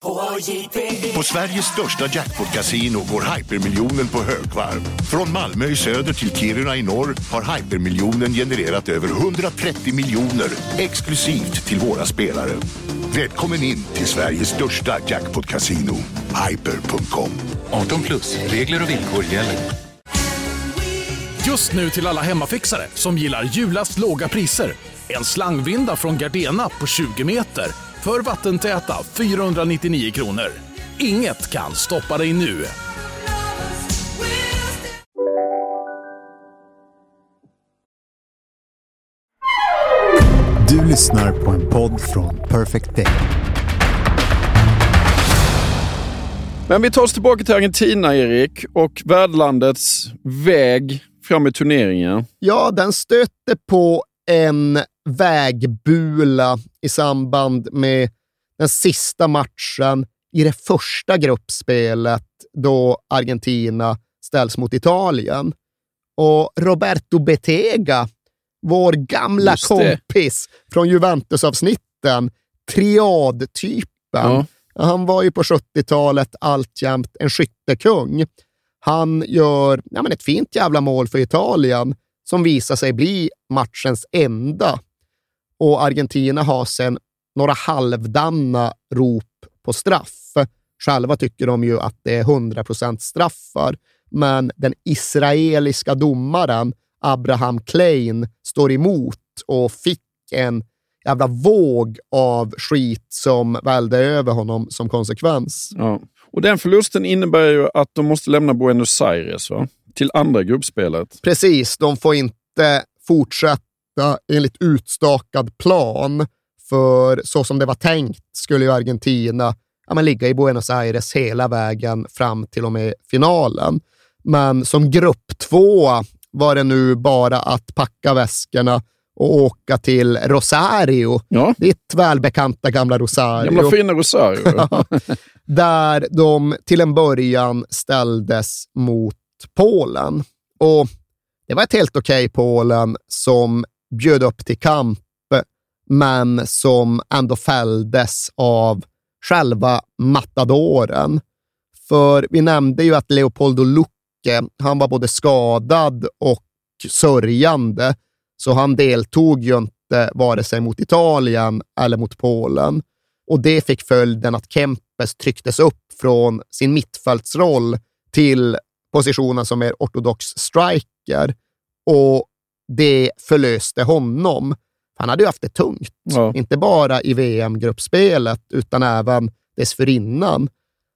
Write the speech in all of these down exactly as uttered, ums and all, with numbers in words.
På Sveriges största jackpot-casino går hypermiljonen på högvarv. Från Malmö i söder till Kiruna i norr har hypermiljonen genererat över hundratrettio miljoner exklusivt till våra spelare. Välkommen in till Sveriges största jackpot-casino, hyper punkt com. arton plus, regler och villkor gäller. Just nu till alla hemmafixare som gillar julast låga priser. En slangvinda från Gardena på tjugo meter för vattentäta fyrahundranittionio kronor. Inget kan stoppa dig nu. Du lyssnar på en podd från Perfect Day. Men vi tar oss tillbaka till Argentina, Erik, och värdlandets väg fram i turneringen. Ja, den stötte på en vägbula i samband med den sista matchen i det första gruppspelet då Argentina ställs mot Italien. Och Roberto Bettega, vår gamla kompis från Juventus-avsnitten, triadtypen. Ja. Han var ju på sjuttiotalet alltjämt en skyttekung. Han gör ja, men ett fint jävla mål för Italien som visar sig bli matchens enda. Och Argentina har sen några halvdanna rop på straff. Själva tycker de ju att det är hundra procent straffar. Men den israeliska domaren Abraham Klein står emot och fick en jävla våg av skit som välde över honom som konsekvens. Ja. Och den förlusten innebär ju att de måste lämna Buenos Aires, va? Till andra gruppspelet. Precis, de får inte fortsätta enligt utstakad plan, för så som det var tänkt skulle ju Argentina ja, men ligga i Buenos Aires hela vägen fram till och med finalen. Men som grupp två var det nu bara att packa väskorna och åka till Rosario. Ja. Ditt välbekanta gamla Rosario. Gamla fina Rosario. Där de till en början ställdes mot Polen. Och det var ett helt okej Polen som bjöd upp till kamp, men som ändå fälldes av själva matadoren. För vi nämnde ju att Leopoldo Lucche, han var både skadad och sörjande, så han deltog ju inte vare sig mot Italien eller mot Polen. Och det fick följden att Kempes trycktes upp från sin mittfältsroll till positionen som är ortodox striker. Och det förlöste honom. Han hade ju haft det tungt. Ja. Inte bara i V M-gruppspelet utan även dessförinnan.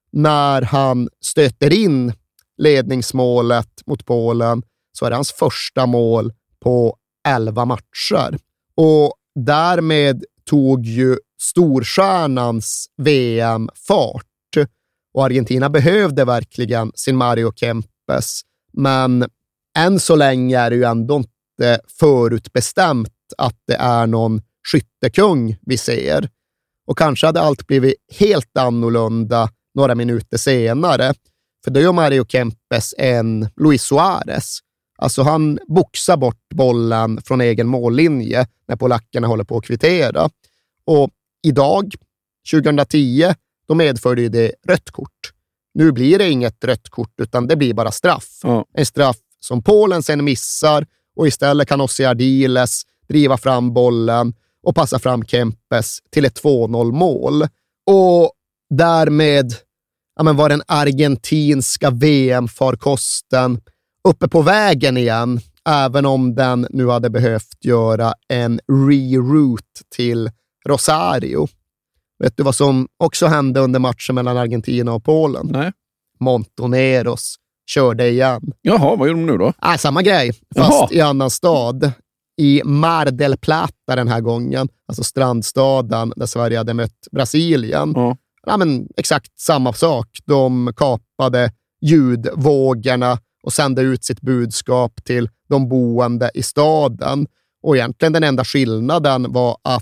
När han stöter in ledningsmålet mot Polen så är det hans första mål på elva matcher. Och därmed tog ju storstjärnans V M-fart. Och Argentina behövde verkligen sin Mario Kempes. Men än så länge är det ju ändå inte förutbestämt att det är någon skyttekung vi ser. Och kanske hade allt blivit helt annorlunda några minuter senare. För då gör Mario Kempes en Luis Suarez. Alltså han boxar bort bollen från egen mållinje när polackerna håller på att kvittera. Och idag, tjugohundratio, då medförde ju det rött kort. Nu blir det inget rött kort utan det blir bara straff. Mm. En straff som Polen sen missar och istället kan Ossi Ardiles driva fram bollen och passa fram Kempes till ett två noll mål. Och därmed ja, men var den argentinska V M-farkosten uppe på vägen igen, även om den nu hade behövt göra en reroute till Rosario. Vet du vad som också hände under matchen mellan Argentina och Polen? Nej. Montoneros körde igen. Jaha, vad gjorde de nu då? Ah, samma grej, fast Jaha. i annan stad. I Mar del Plata den här gången, alltså strandstaden där Sverige hade mött Brasilien. Ja. Ja, men exakt samma sak. De kapade ljudvågorna och sände ut sitt budskap till de boende i staden. Och egentligen den enda skillnaden var att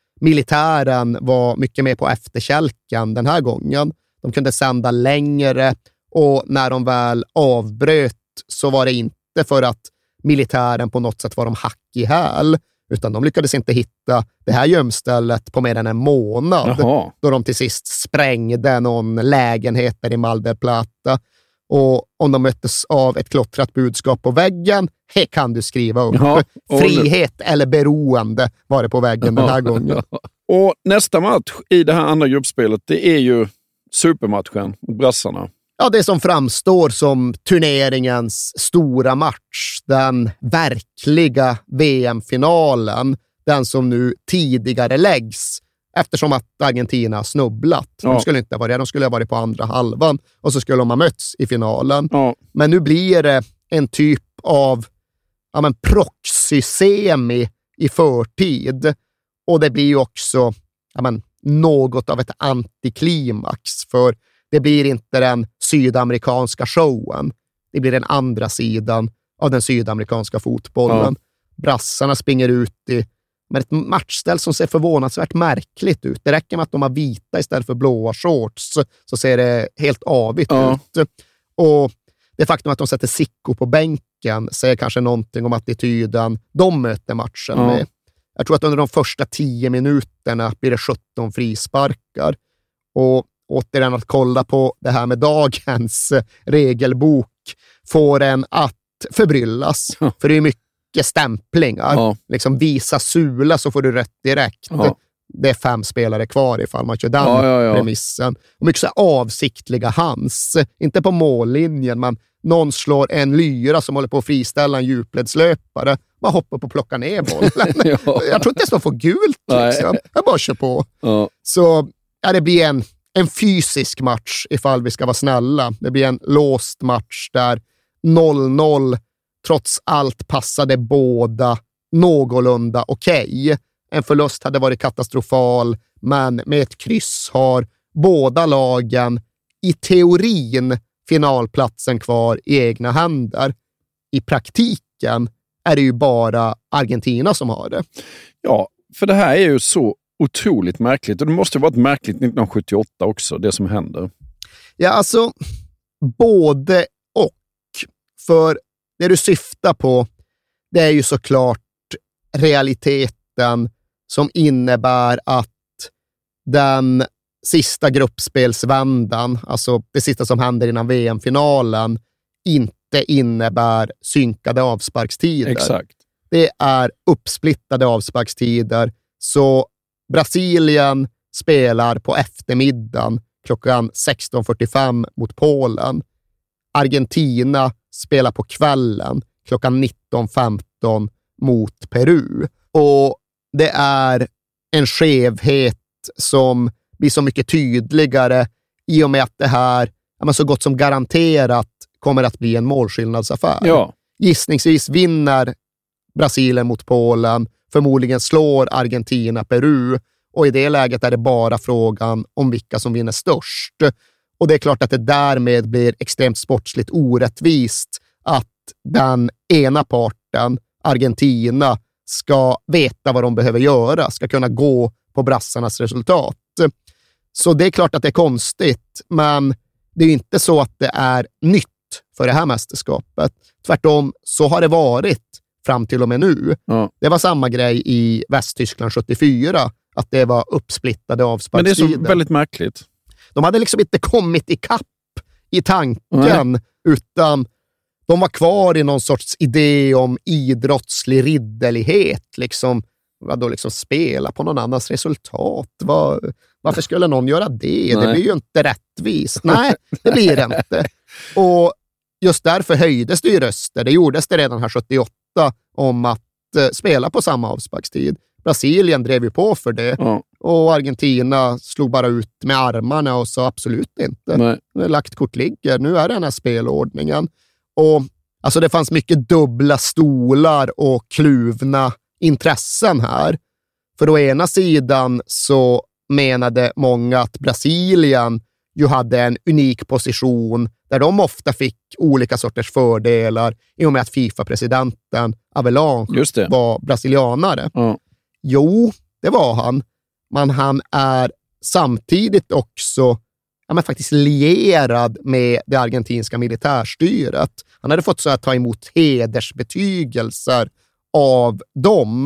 militären var mycket mer på efterkälken den här gången. De kunde sända längre och när de väl avbröt så var det inte för att militären på något sätt var de hack i häl, utan de lyckades inte hitta det här gömstället på mer än en månad. Jaha. Då de till sist sprängde någon lägenhet där i Mar del Plata. Och om de möttes av ett klottrat budskap på väggen, he kan du skriva upp. Ja, Frihet eller beroende var det på väggen den här gången. Och nästa match i det här andra gruppspelet, det är ju supermatchen mot brassarna. Ja, det som framstår som turneringens stora match. Den verkliga V M-finalen. Den som nu tidigare läggs eftersom att Argentina har snubblat. Ja. De skulle inte ha varit, de skulle ha varit på andra halvan och så skulle de ha mötts i finalen. Ja. Men nu blir det en typ av ja, men proxy-semi i förtid. Och det blir ju också ja, men, något av ett antiklimax, för det blir inte den sydamerikanska showen. Det blir den andra sidan av den sydamerikanska fotbollen. Ja. Brassarna springer ut i men ett matchställ som ser förvånansvärt märkligt ut. Det räcker med att de har vita istället för blåa shorts, så ser det helt avigt ja. ut. Och det faktum att de sätter Zico på bänken säger kanske någonting om attityden de möter matchen ja. med. Jag tror att under de första tio minuterna blir det sjutton frisparkar. Och återigen att kolla på det här med dagens regelbok får en att förbryllas. Ja. För det är mycket stämplingar. Ja. Liksom visa sula så får du rätt direkt. Ja. Det är fem spelare kvar ifall man kör den ja, ja, ja. remissen. Och mycket så här avsiktliga hands. Inte på mållinjen, men någon slår en lyra som håller på att friställa en djupledslöpare. Man hoppar på och plockar ner bollen. ja. Jag tror inte ens man får gult. Liksom. Jag bara kör på. Ja. Så ja, det blir en, en fysisk match ifall vi ska vara snälla. Det blir en låst match där noll noll trots allt passade båda någorlunda okej. Okay. En förlust hade varit katastrofal, men med ett kryss har båda lagen i teorin finalplatsen kvar i egna händer. I praktiken är det ju bara Argentina som har det. Ja, för det här är ju så otroligt märkligt. Och det måste ha varit märkligt nittonhundrasjuttioåtta också, det som händer. Ja, alltså både och. För det du syftar på, det är ju såklart realiteten som innebär att den sista gruppspelsvändan, alltså det sista som händer innan V M-finalen, inte innebär synkade avsparkstider. Exakt. Det är uppsplittade avsparkstider. Så Brasilien spelar på eftermiddagen klockan sexton fyrtiofem mot Polen. Argentina spelar på kvällen klockan nitton femton mot Peru. Och det är en skevhet som blir så mycket tydligare i och med att det här ja, så gott som garanterat kommer att bli en målskillnadsaffär. Ja. Gissningsvis vinner Brasilien mot Polen, förmodligen slår Argentina Peru, och i det läget är det bara frågan om vilka som vinner störst. Och det är klart att det därmed blir extremt sportsligt orättvist att den ena parten, Argentina, ska veta vad de behöver göra, ska kunna gå på brassarnas resultat. Så det är klart att det är konstigt, men det är inte så att det är nytt för det här mästerskapet. Tvärtom så har det varit fram till och med nu. Ja. Det var samma grej i Västtyskland sjuttiofyra, att det var uppsplittade avsparkstider. Men det är så väldigt märkligt. De hade liksom inte kommit i kapp i tanken, Nej. utan de var kvar i någon sorts idé om idrottslig ridderlighet. Liksom, vadå, liksom spela på någon annans resultat. Var, varför skulle någon göra det? Nej. Det blir ju inte rättvist. Nej, det blir det inte. Och just därför höjdes det ju röster. Det gjordes det redan här sjuttioåtta om att eh, spela på samma avsparkstid. Brasilien drev ju på för det. Ja. Och Argentina slog bara ut med armarna och sa absolut inte. Nej. Lagt kort ligger. Nu är det den här spelordningen. Och alltså det fanns mycket dubbla stolar och kluvna intressen här. För å ena sidan så menade många att Brasilien ju hade en unik position där de ofta fick olika sorters fördelar i och med att FIFA-presidenten Avelange var brasilianare. Mm. Jo, det var han. Men han är samtidigt också ja, men faktiskt lierad med det argentinska militärstyret. Han hade fått så att ta emot hedersbetygelser av dem.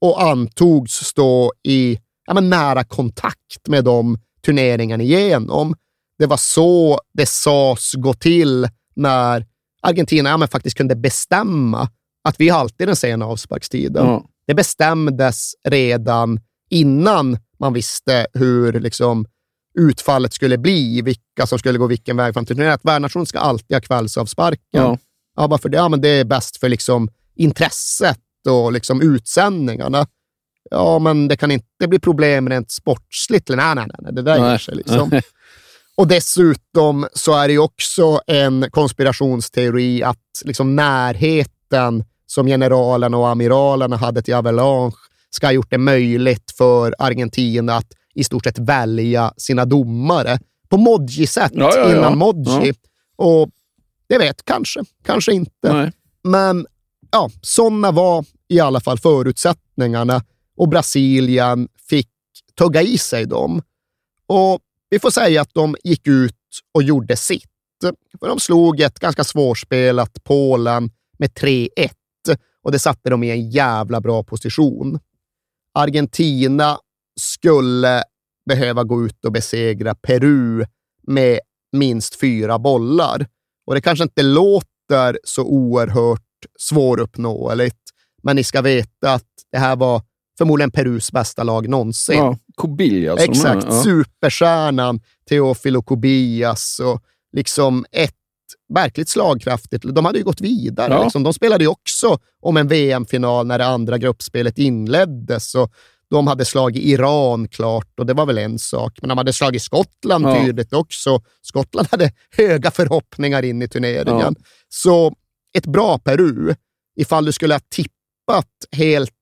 och antogs stå i ja, men nära kontakt med de turneringen igenom. Det var så det sades gå till när Argentina ja, men faktiskt kunde bestämma att vi har alltid den sena avsparkstiden. Mm. Det bestämdes redan innan man visste hur liksom, utfallet skulle bli, vilka som skulle gå vilken väg fram till turneringen. Att värdnation ska alltid ha kvällsavsparken. Ja. Ja, varför det? Ja, men det är bäst för liksom, intresset och liksom, utsändningarna. Ja, men det kan inte bli problem rent sportsligt. Nej, nej, nej. Det där nej. Gör sig liksom. Och dessutom så är det ju också en konspirationsteori att liksom, närheten som generalerna och amiralerna hade till Avalanche ska ha gjort det möjligt för Argentina att i stort sett välja sina domare på Modji-sätt ja, ja, ja. innan Modji. Ja. Och det vet kanske, kanske inte. Nej. Men ja, sådana var i alla fall förutsättningarna och Brasilien fick tugga i sig dem. Och vi får säga att de gick ut och gjorde sitt. För de slog ett ganska svårspelat Polen med tre ett och det satte dem i en jävla bra position. Argentina skulle behöva gå ut och besegra Peru med minst fyra bollar. Och det kanske inte låter så oerhört svåruppnåeligt, men ni ska veta att det här var förmodligen Perus bästa lag någonsin. Ja, Cubillas. Exakt, ja. Superstjärnan Teófilo Cubillas och liksom ett verkligt slagkraftigt. De hade ju gått vidare. Ja. Liksom. De spelade ju också om en V M-final när det andra gruppspelet inleddes och de hade slagit Iran klart och det var väl en sak. Men de hade slagit Skottland ja. tydligt också. Skottland hade höga förhoppningar in i turneringen. Ja. Så ett bra Peru, ifall du skulle ha tippat helt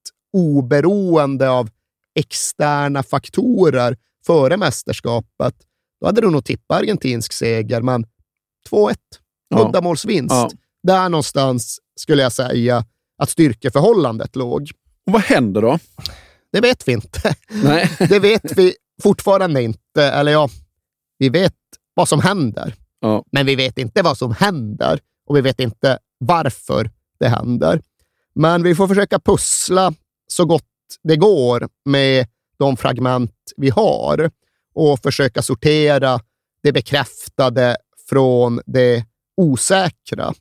oberoende av externa faktorer före mästerskapet, då hade du nog tippat argentinsk seger, men två ett. Ja. Uddamålsvinst. Ja. Där någonstans skulle jag säga att styrkeförhållandet låg. Och vad händer då? Det vet vi inte. Nej. Det vet vi fortfarande inte. Eller ja, vi vet vad som händer. Ja. Men vi vet inte vad som händer. Och vi vet inte varför det händer. Men vi får försöka pussla så gott det går med de fragment vi har. Och försöka sortera det bekräftade från det osäkra.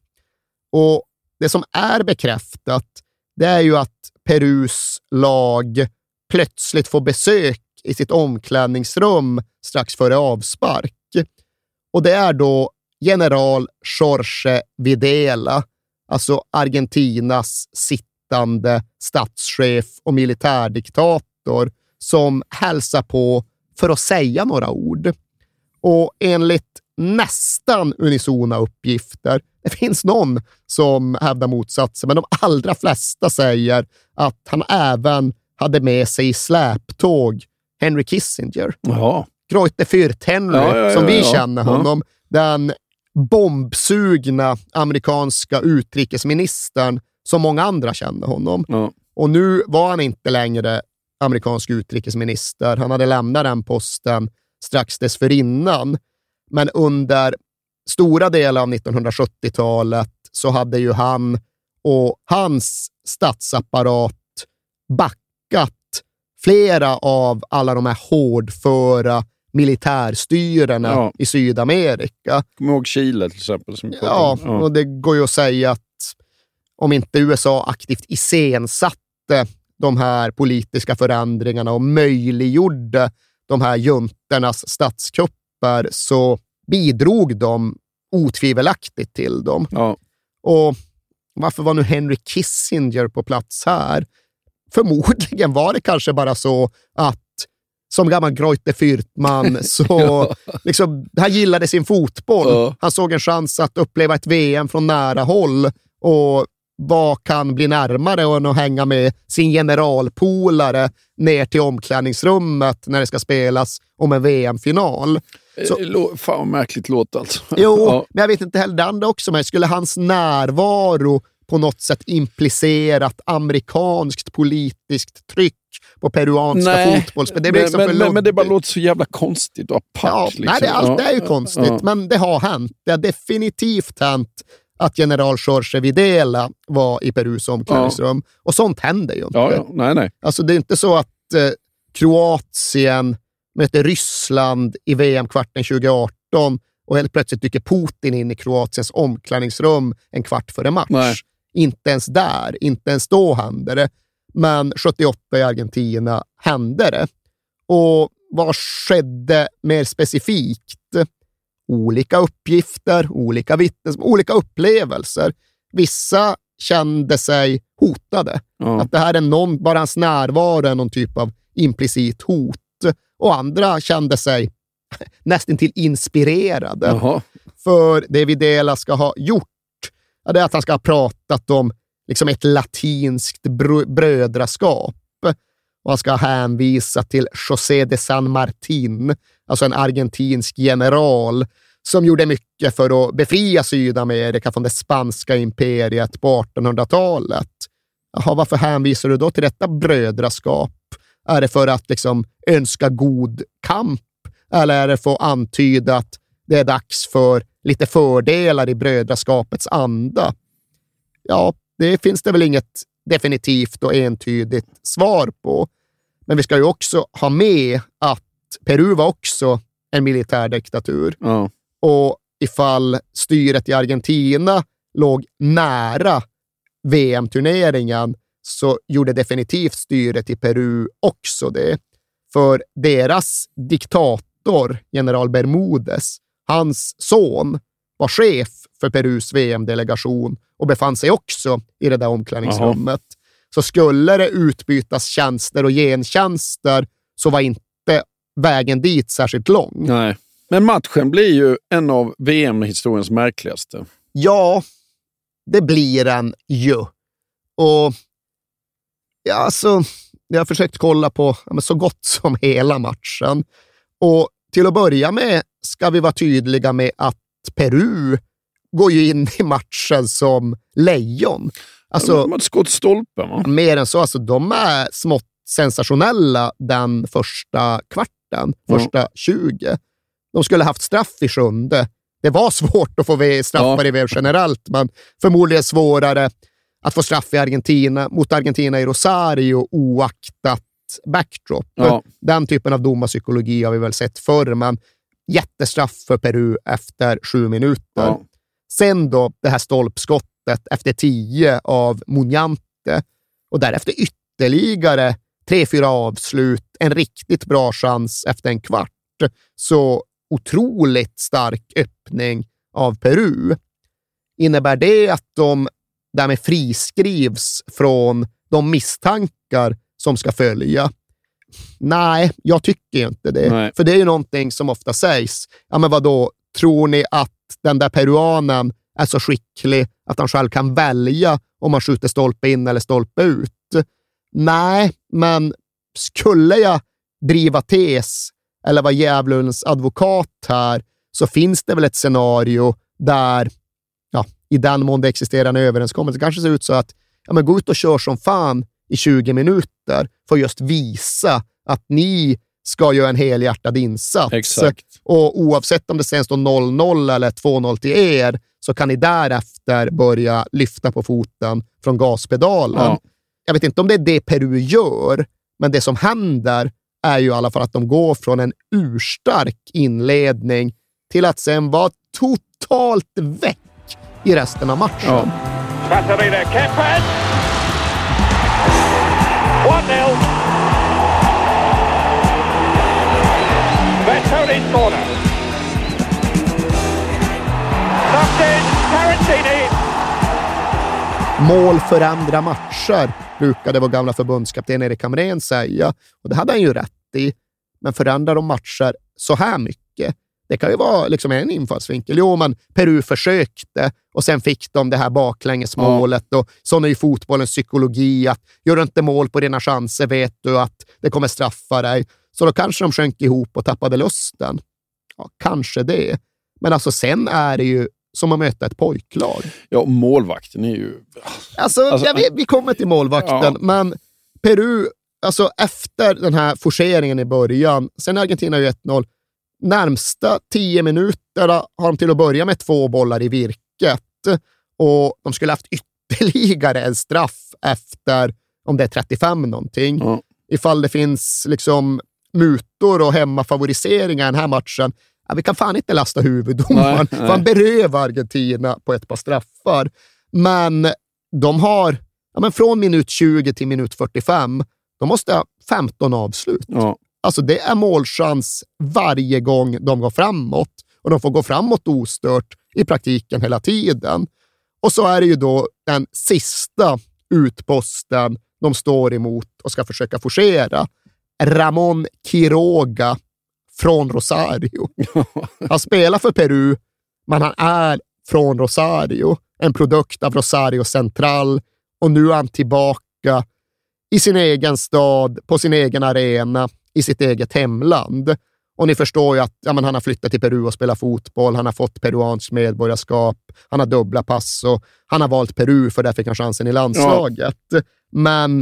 Och det som är bekräftat, det är ju att Perus lag plötsligt får besök i sitt omklädningsrum strax före avspark. Och det är då general Jorge Videla, alltså Argentinas sittande statschef och militärdiktator, som hälsar på för att säga några ord. Och enligt nästan unisona uppgifter, det finns någon som hävdar motsatsen, men de allra flesta säger att han även hade med sig i släptåg Henry Kissinger. Jaha. Greuter Fürth Henry, ja, ja, ja, som vi ja, känner honom. Ja. Den bombsugna amerikanska utrikesministern som många andra känner honom. Ja. Och nu var han inte längre amerikansk utrikesminister. Han hade lämnat den posten strax dessförinnan. Men under stora delar av nittonhundrasjuttiotalet så hade ju han och hans statsapparat backat flera av alla de här hårdföra militärstyrena ja. i Sydamerika. Kom ihåg Chile till exempel. Som ja, ja, och det går ju att säga att om inte U S A aktivt iscensatte de här politiska förändringarna och möjliggjorde de här juntornas statskupper, så bidrog de otvivelaktigt till dem. Ja. Och varför var nu Henry Kissinger på plats här? Förmodligen var det kanske bara så att som gammal Greuter Fürth-man så ja. liksom, han gillade sin fotboll. Ja. Han såg en chans att uppleva ett V M från nära håll och vad kan bli närmare än att hänga med sin generalpolare ner till omklädningsrummet när det ska spelas om en V M-final. Så, fan märkligt låt alltså. Jo, ja. Men jag vet inte heller det andra också, men skulle hans närvaro på något sätt implicerat amerikanskt politiskt tryck på peruanska nej, fotbollsspel? Det men, liksom men, men, men det bara låter så jävla konstigt och apart. Ja, liksom. Nej, det, allt ja. är ju konstigt, ja. men det har hänt. Det har definitivt hänt att general Jorge Videla var i Perus omklädningsrum. Ja. Och sånt händer ju inte. Ja, ja. Nej, nej. Alltså det är inte så att eh, Kroatien möter Ryssland i V M-kvarten tjugo arton och helt plötsligt dyker Putin in i Kroatiens omklädningsrum en kvart före match. Nej. Inte ens där, inte ens då hände det. Men sjuttioåtta i Argentina hände det. Och vad skedde mer specifikt? Olika uppgifter, olika vittnes, olika upplevelser. Vissa kände sig hotade. Ja. Att det här är någon, bara hans närvaro är någon typ av implicit hot. Och andra kände sig nästan till inspirerade. Jaha. För det Videla ska ha gjort är det att han ska ha pratat om liksom ett latinskt br- brödraskap. Och han ska hänvisa till José de San Martín, alltså en argentinsk general som gjorde mycket för att befria Sydamerika från det spanska imperiet på artonhundratalet. Jaha, varför hänvisar du då till detta brödraskap? Är det för att liksom önska god kamp? Eller är det för att antyda att det är dags för lite fördelar i brödraskapets anda? Ja, det finns det väl inget definitivt och entydigt svar på. Men vi ska ju också ha med att Peru var också en militärdiktatur. Ja. Och ifall styret i Argentina låg nära V M-turneringen så gjorde definitivt styret i Peru också det. För deras diktator, general Bermúdez, hans son var chef för Perus V M-delegation och befann sig också i det där omklädningsrummet. Aha. Så skulle det utbytas tjänster och gentjänster så var inte vägen dit särskilt lång. Nej. Men matchen blir ju en av V M-historiens märkligaste. Ja, det blir en ju. Och ja, alltså, jag har försökt kolla på ja, så gott som hela matchen. Och till att börja med ska vi vara tydliga med att Peru går ju in i matchen som lejon. Alltså, de har skott stolpen, va? Mer än så. Alltså, de är smått sensationella den första kvarten, första mm. tjugo. De skulle haft straff i sjunde. Det var svårt att få straffar ja. i V M generellt, men förmodligen svårare att få straff i Argentina mot Argentina i Rosario oaktat backdrop. Ja. Den typen av domarpsykologi har vi väl sett förr, men jättestraff för Peru efter sju minuter. Ja. Sen då det här stolpskottet efter tio av Muñante och därefter ytterligare tre, fyra avslut, en riktigt bra chans efter en kvart. Så otroligt stark öppning av Peru. Innebär det att de därmed friskrivs från de misstankar som ska följa? Nej, jag tycker inte det. Nej. För det är ju någonting som ofta sägs. Ja, men vadå? Tror ni att den där peruanen är så skicklig att han själv kan välja om man skjuter stolpe in eller stolpe ut? Nej, men skulle jag driva tes eller vara djävulens advokat här så finns det väl ett scenario där ja, i den mån det existerar en överenskommelse kanske ser ut så att ja, men gå ut och kör som fan i tjugo minuter för att just visa att ni ska göra en helhjärtad insats. Exakt. Och oavsett om det sen står noll noll eller två noll till er så kan ni därefter börja lyfta på foten från gaspedalen. Ja. Jag vet inte om det är det Peru gör, men det som händer är ju i alla fall att de går från en urstark inledning till att sen vara totalt väck i resten av matchen. Ja. Catarina Kempes. one nil. Vettori's corner. Knocked in. Tarantini. Mål förändrar matcher, brukade vår gamla förbundskapten Erik Hamrén säga. Och det hade han ju rätt i. Men förändrar de matcher så här mycket? Det kan ju vara liksom en infallsvinkel. Jo, men Peru försökte och sen fick de det här baklängesmålet. Ja. Och sån är ju fotbollens psykologi att gör du inte mål på dina chanser vet du att det kommer straffa dig. Så då kanske de sjönk ihop och tappade lusten. Ja, kanske det. Men alltså sen är det ju som att möta ett pojklag. Ja, målvakten är ju... Alltså, alltså ja, vi, vi kommer till målvakten, ja. Men Peru, alltså efter den här forceringen i början, sen Argentina ju ett noll, närmsta tio minuter har de till att börja med två bollar i virket och de skulle haft ytterligare en straff efter, om det är trettiofem någonting. Mm. Ifall det finns liksom mutor och hemmafavoriseringar i den här matchen, ja, vi kan fan inte lasta huvuddomaren, för han berövar Argentina på ett par straffar. Men de har, ja, men från minut tjugo till minut fyrtiofem, de måste ha femton avslut. Ja. Alltså det är målchans varje gång de går framåt, och de får gå framåt ostört i praktiken hela tiden. Och så är det ju då den sista utposten de står emot och ska försöka forcera. Ramon Quiroga från Rosario. Han spelar för Peru, men han är från Rosario. En produkt av Rosario Central. Och nu är han tillbaka i sin egen stad, på sin egen arena, i sitt eget hemland. Och ni förstår ju att ja, men han har flyttat till Peru och spelat fotboll. Han har fått peruansk medborgarskap. Han har dubbla pass och han har valt Peru för därför fick han chansen i landslaget. Ja. Men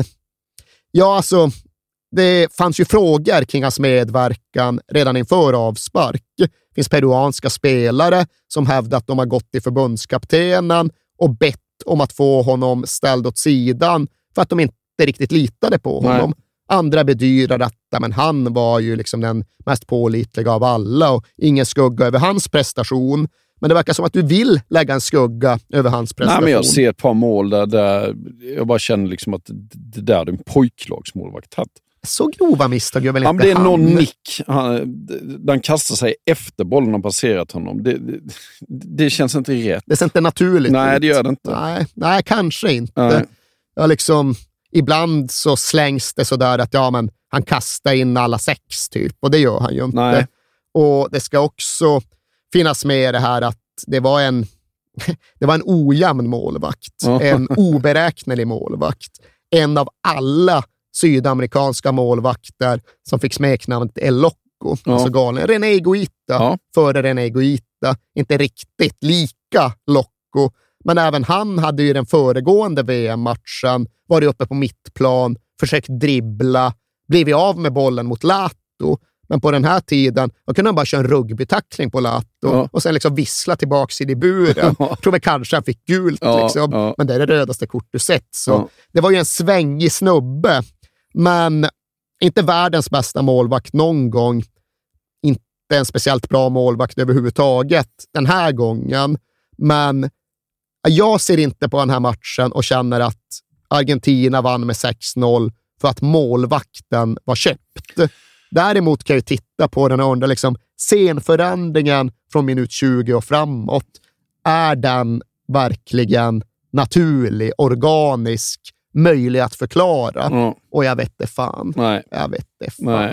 ja, alltså det fanns ju frågor kring hans medverkan redan inför avspark. Det finns peruanska spelare som hävdar att de har gått till förbundskaptenen och bett om att få honom ställd åt sidan för att de inte riktigt litade på honom. Nej. Andra bedyrar att ja, men han var ju liksom den mest pålitliga av alla och ingen skugga över hans prestation. Men det verkar som att du vill lägga en skugga över hans prestation. Nej, men jag ser ett par mål där, där jag bara känner liksom att det där är en pojklagsmålvakt. Så grova misstag gör väl ja, inte det är han? någon nick. Han, den kastar sig efter bollen har passerat honom. Det, det, det känns inte rätt. Det ser inte naturligt Nej, ut. det gör det inte. Nej, nej kanske inte. Nej. Jag liksom, ibland så slängs det sådär att ja, men han kastar in alla sex typ. Och det gör han ju inte. Nej. Och det ska också finnas med det här att det var en det var en ojämn målvakt. Oh. En oberäknelig målvakt. En av alla sydamerikanska målvakter som fick smeknamnet El Loco. Oh. Alltså galen. René Higuita. Oh. Före René Higuita. Inte riktigt lika Loco. Men även han hade ju den föregående V M-matchen varit uppe på mittplan, försökt dribbla, blivit av med bollen mot Lato. Men på den här tiden, då kunde han bara köra en rugbytackling på Lato ja. och sen liksom vissla tillbaka i buren. Ja. Jag tror väl kanske han fick gult, ja, liksom. ja. men det är det rödaste kort du sett. Så ja. Det var ju en svängig snubbe, men inte världens bästa målvakt någon gång. Inte en speciellt bra målvakt överhuvudtaget den här gången. Men jag ser inte på den här matchen och känner att Argentina vann med sex noll för att målvakten var köpt. Däremot kan jag titta på den och undra liksom, scenförändringen från minut tjugo och framåt. Är den verkligen naturlig, organisk, möjlig att förklara? Mm. Och jag vet det fan. Nej. Jag vet det fan. Nej.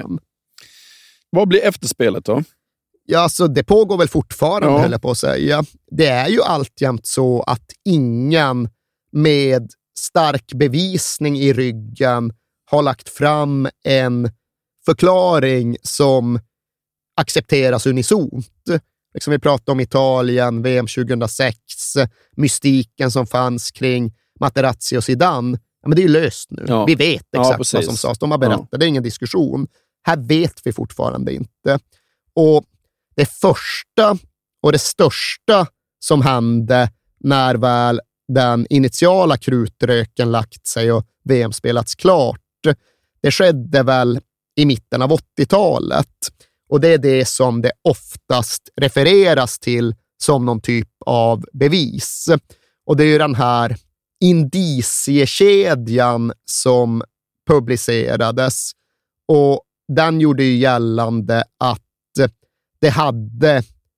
Vad blir efterspelet då? Ja, alltså det pågår väl fortfarande, ja. höll jag på att säga. Det är ju alltjämt så att ingen med stark bevisning i ryggen har lagt fram en förklaring som accepteras unisont. Liksom vi pratade om Italien, V M tjugohundrasex, mystiken som fanns kring Materazzi och Zidane. Ja, men det är ju löst nu. Ja. Vi vet exakt ja, vad som sades. De har berättat, ja. det är ingen diskussion. Här vet vi fortfarande inte. Och det första och det största som hände när väl den initiala krutröken lagt sig och V M spelats klart, det skedde väl i mitten av åttiotalet. Och det är det som det oftast refereras till som någon typ av bevis. Och det är ju den här indiciekedjan som publicerades. Och den gjorde ju gällande att det hade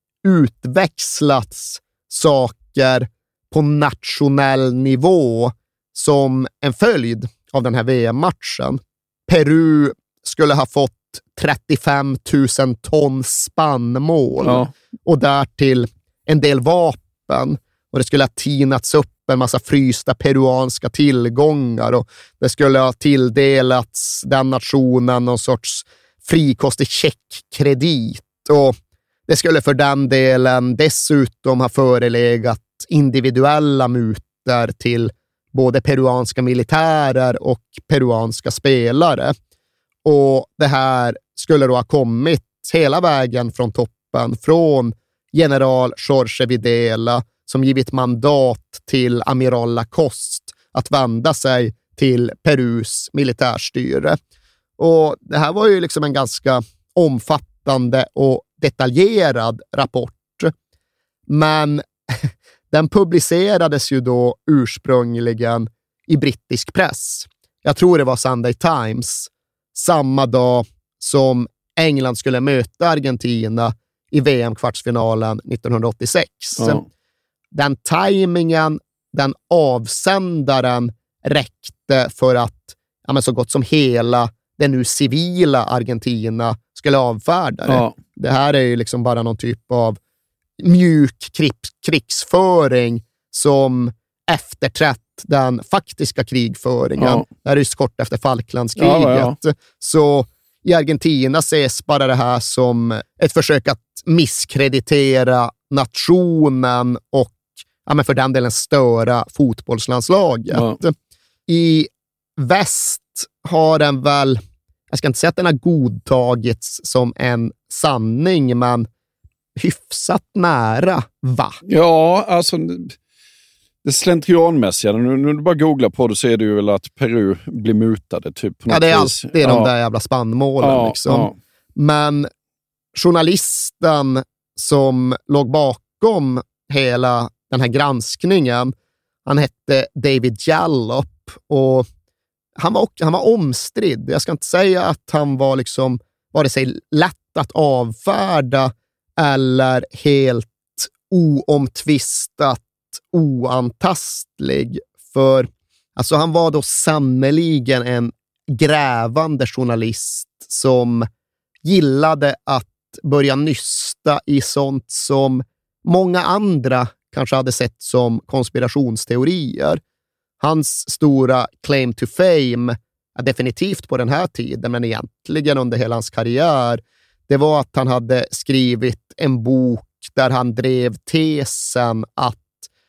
utväxlats saker på nationell nivå som en följd av den här V M-matchen. Peru skulle ha fått trettiofem tusen ton spannmål ja. och därtill en del vapen. Och det skulle ha tinats upp en massa frysta peruanska tillgångar och det skulle ha tilldelats den nationen någon sorts frikostig checkkredit. Och det skulle för den delen dessutom ha förelegat individuella mutor till både peruanska militärer och peruanska spelare. Och det här skulle då ha kommit hela vägen från toppen, från general Jorge Videla som givit mandat till amiral Lacoste att vända sig till Perus militärstyre. Och det här var ju liksom en ganska omfattande och detaljerad rapport. Men den publicerades ju då ursprungligen i brittisk press. Jag tror det var Sunday Times, samma dag som England skulle möta Argentina i V M-kvartsfinalen nittonhundraåttiosex. Ja. Den tajmingen, den avsändaren räckte för att ja, men så gott som hela det nu civila Argentina skulle avfärda det. Ja. Det här är ju liksom bara någon typ av mjuk krigs- krigsföring som efterträtt den faktiska krigföringen. Ja. Det här är ju kort efter Falklandskriget. Ja, ja. Så i Argentina ses bara det här som ett försök att misskreditera nationen och ja, men för den delen störa fotbollslandslaget. Ja. I väst har den väl, jag ska inte säga att den har godtagits som en sanning, men hyfsat nära, va? Ja, alltså det slentrianmässiga, nu, nu du bara googlar på det så är det ju väl att Peru blir mutade typ på något Ja, det är vis. alltid ja. de där jävla spannmålen Ja, liksom. ja. Men journalisten som låg bakom hela den här granskningen, han hette David Jalop och han var, han var omstridd. Jag ska inte säga att han var liksom vare sig lätt att avfärda eller helt oomtvistat oantastlig. För alltså, han var då sannoliken en grävande journalist som gillade att börja nysta i sånt som många andra kanske hade sett som konspirationsteorier. Hans stora claim to fame, ja, definitivt på den här tiden, men egentligen under hela hans karriär, det var att han hade skrivit en bok där han drev tesen att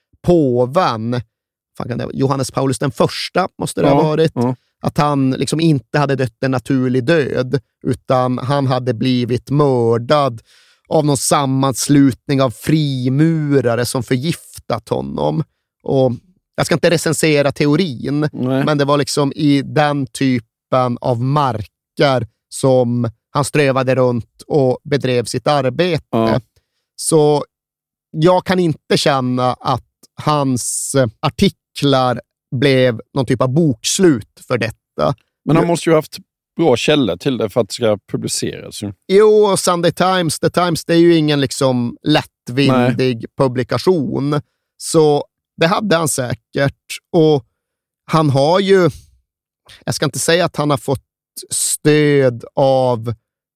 påven, fan kan det, Johannes Paulus den första måste det Ja, ha varit, ja. att han liksom inte hade dött en naturlig död, utan han hade blivit mördad av någon sammanslutning av frimurare som förgiftat honom. Och jag ska inte recensera teorin, Nej. men det var liksom i den typen av marker som han strövade runt och bedrev sitt arbete. Ja. Så jag kan inte känna att hans artiklar blev någon typ av bokslut för detta. Men han måste ju ha haft bra källor till det för att det ska publiceras. Jo, Sunday Times, The Times, det är ju ingen liksom lättvindig Nej. publikation. Så det hade han säkert. Och han har ju, jag ska inte säga att han har fått stöd av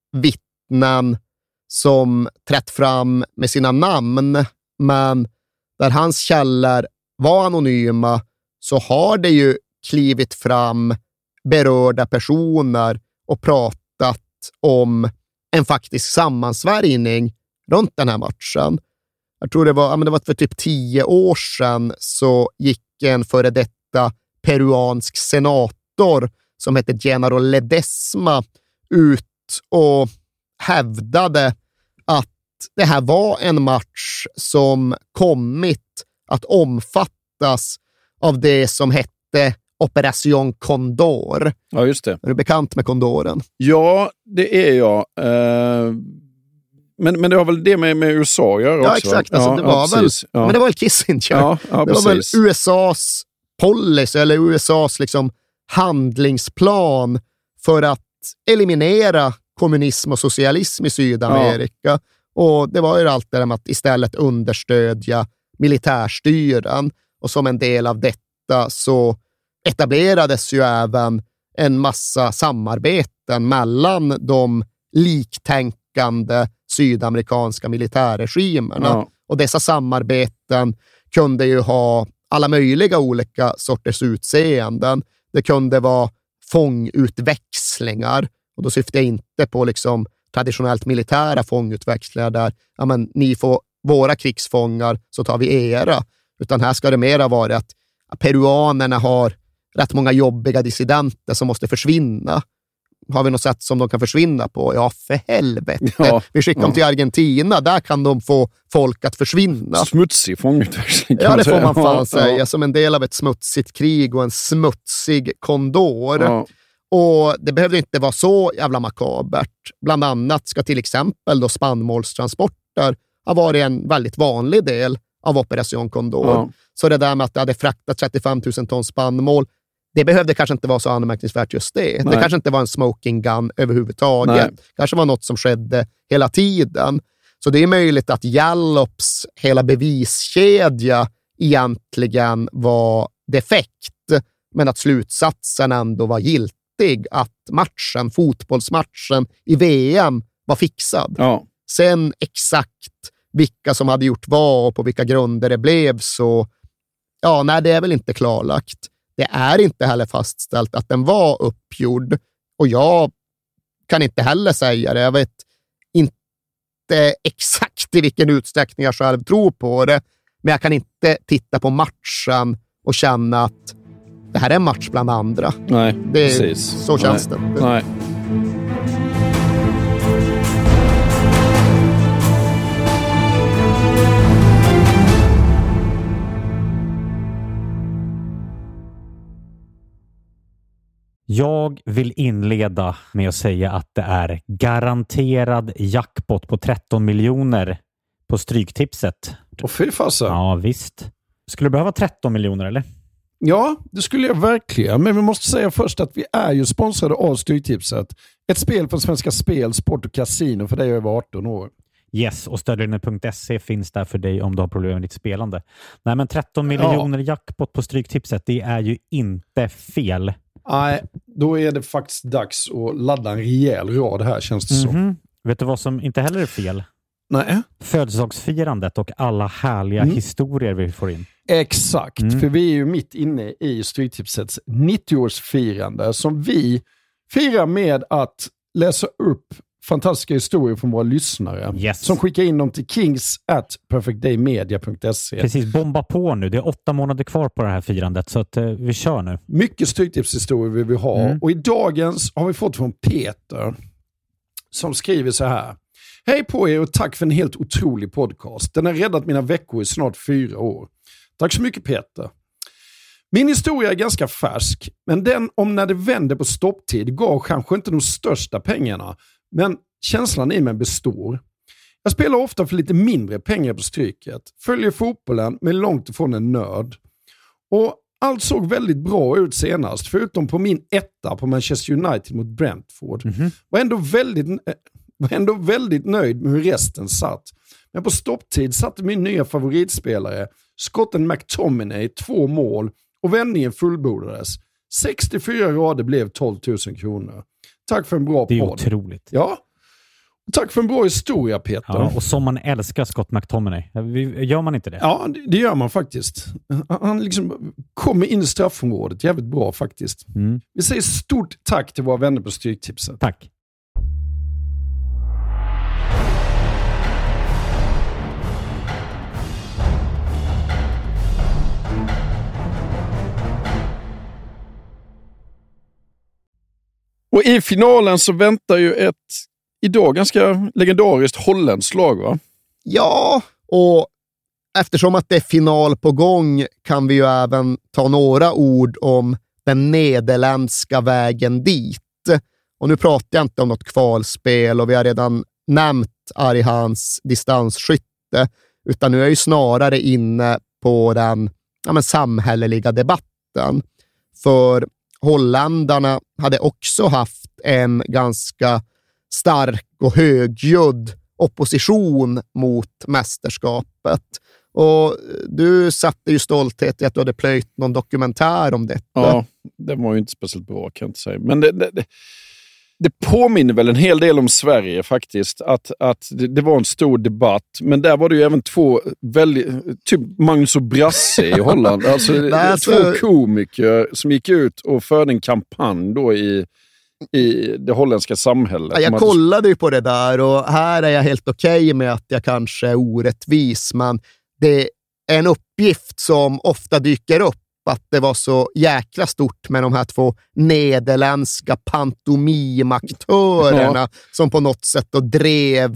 vittnen som trätt fram med sina namn, men där hans källor var anonyma så har det ju klivit fram berörda personer och pratat om en faktisk sammansvärjning runt den här matchen. Jag tror det var, ja, men det var för typ tio år sedan så gick en före detta peruansk senator som hette Genaro Ledesma ut och hävdade att det här var en match som kommit att omfattas av det som hette Operation Condor. Ja, just det. Är du bekant med Condoren? Ja, det är jag. Uh, men, men det har väl det med, med U S A att göra Ja, också? exakt. Alltså, ja, det var ja, väl, precis. Ja. Men det var väl Kissinger. Ja, ja, det var väl precis. U S A:s policy eller U S A:s liksom handlingsplan för att eliminera kommunism och socialism i Sydamerika. Ja. Och det var ju allt det där med att istället understödja militärstyren. Och som en del av detta så etablerades ju även en massa samarbeten mellan de liktänkande sydamerikanska militärregimerna. Ja. Och dessa samarbeten kunde ju ha alla möjliga olika sorters utseenden. Det kunde vara fångutväxlingar. Och då syftar jag inte på liksom traditionellt militära fångutväxlingar där ja, men, ni får våra krigsfångar så tar vi era. Utan här ska det mera vara att peruanerna har rätt många jobbiga dissidenter som måste försvinna. har vi något sätt som de kan försvinna på? Ja, för helvete. Ja, vi skickar ja. dem till Argentina. Där kan de få folk att försvinna. Smutsig fångutväxling. Ja, det får man fan ja, säga. Ja. Som en del av ett smutsigt krig och en smutsig kondor. Ja. Och det behövde inte vara så jävla makabert. Bland annat ska till exempel då spannmålstransporter ha varit en väldigt vanlig del av Operation Condor. Ja. Så det där med att det hade fraktat trettiofem tusen ton spannmål, det behövde kanske inte vara så anmärkningsvärt just det. Nej. Det kanske inte var en smoking gun överhuvudtaget. Nej. Kanske var något som skedde hela tiden. Så det är möjligt att Gallops hela beviskedja egentligen var defekt, men att slutsatsen ändå var giltig, att matchen, fotbollsmatchen i V M var fixad. Ja. Sen exakt vilka som hade gjort vad och på vilka grunder det blev så, ja, nej, det är väl inte klarlagt. Det är inte heller fastställt att den var uppgjord och jag kan inte heller säga det. Jag vet inte exakt i vilken utsträckning jag själv tror på det, men jag kan inte titta på matchen och känna att det här är en match bland andra. Nej, det är, precis. Så känns Nej. det inte. Nej. Jag vill inleda med att säga att det är garanterad jackpot på tretton miljoner på Stryktipset. Och fy fasen. Ja, visst. Skulle du behöva tretton miljoner, eller? Ja, det skulle jag verkligen. Men vi måste säga först att vi är ju sponsrade av Stryktipset. Ett spel från Svenska Spel, Sport och Casino för dig över arton år. Yes, och stödlinjen punkt se finns där för dig om du har problem med ditt spelande. Nej, men tretton miljoner ja. Jackpot på Stryktipset, det är ju inte fel. Nej, då är det faktiskt dags att ladda en rejäl rad här, känns det mm-hmm. så. Vet du vad som inte heller är fel? Nej. Födelsedagsfirandet och alla härliga mm. historier vi får in. Exakt, mm. för vi är ju mitt inne i Stryktipsets nittioårsfirande som vi firar med att läsa upp fantastiska historier från våra lyssnare yes. som skickar in dem till kings at perfect day media punkt se. Precis, bomba på nu. Det är åtta månader kvar på det här firandet så att eh, vi kör nu. Mycket Stryktipshistorier vill vi ha mm. och i dagens har vi fått från Peter som skriver så här. Hej på er och tack för en helt otrolig podcast. Den har räddat mina veckor i snart fyra år. Tack så mycket Peter. Min historia är ganska färsk, men den om när det vände på stopptid gav kanske inte de största pengarna, men känslan i mig består. Jag spelar ofta för lite mindre pengar på Stryket, följer fotbollen men långt ifrån en nörd. Och allt såg väldigt bra ut senast, förutom på min etta på Manchester United mot Brentford. Mm-hmm. Var ändå väldigt... var ändå väldigt nöjd med hur resten satt. Men på stopptid satte min nya favoritspelare, skotten McTominay, två mål och vändningen fullbordades. sextiofyra rader blev tolv tusen kronor. Tack för en bra podd. Det är podd. Otroligt. Ja. Tack för en bra historia, Peter. Ja, och som man älskar Scott McTominay. Gör man inte det? Ja, det gör man faktiskt. Han liksom kommer in i straffområdet jävligt bra faktiskt. Mm. Vi säger stort tack till våra vänner på Stryktipset. Tack. Och i finalen så väntar ju ett idag ganska legendariskt holländskt lag, va? Ja, och eftersom att det är final på gång kan vi ju även ta några ord om den nederländska vägen dit. Och nu pratar jag inte om något kvalspel och vi har redan nämnt Arihans distansskytte, utan nu är jag ju snarare inne på den ja, men samhälleliga debatten. För holländarna hade också haft en ganska stark och högljudd opposition mot mästerskapet. Och du satte ju stolthet i att du hade plöjt någon dokumentär om detta. Ja, det var ju inte speciellt bra kan jag inte säga. Men det, det, det, det påminner väl en hel del om Sverige faktiskt. Att, att det, det var en stor debatt. Men där var det ju även två väldigt, typ Magnus och Brasse i Holland. Alltså, det, alltså två komiker som gick ut och förde en kampanj då i i det holländska samhället. Ja, jag kollade ju på det där och här är jag helt okej okay med att jag kanske är orättvis, men det är en uppgift som ofta dyker upp att det var så jäkla stort med de här två nederländska pantomimaktörerna ja. som på något sätt då drev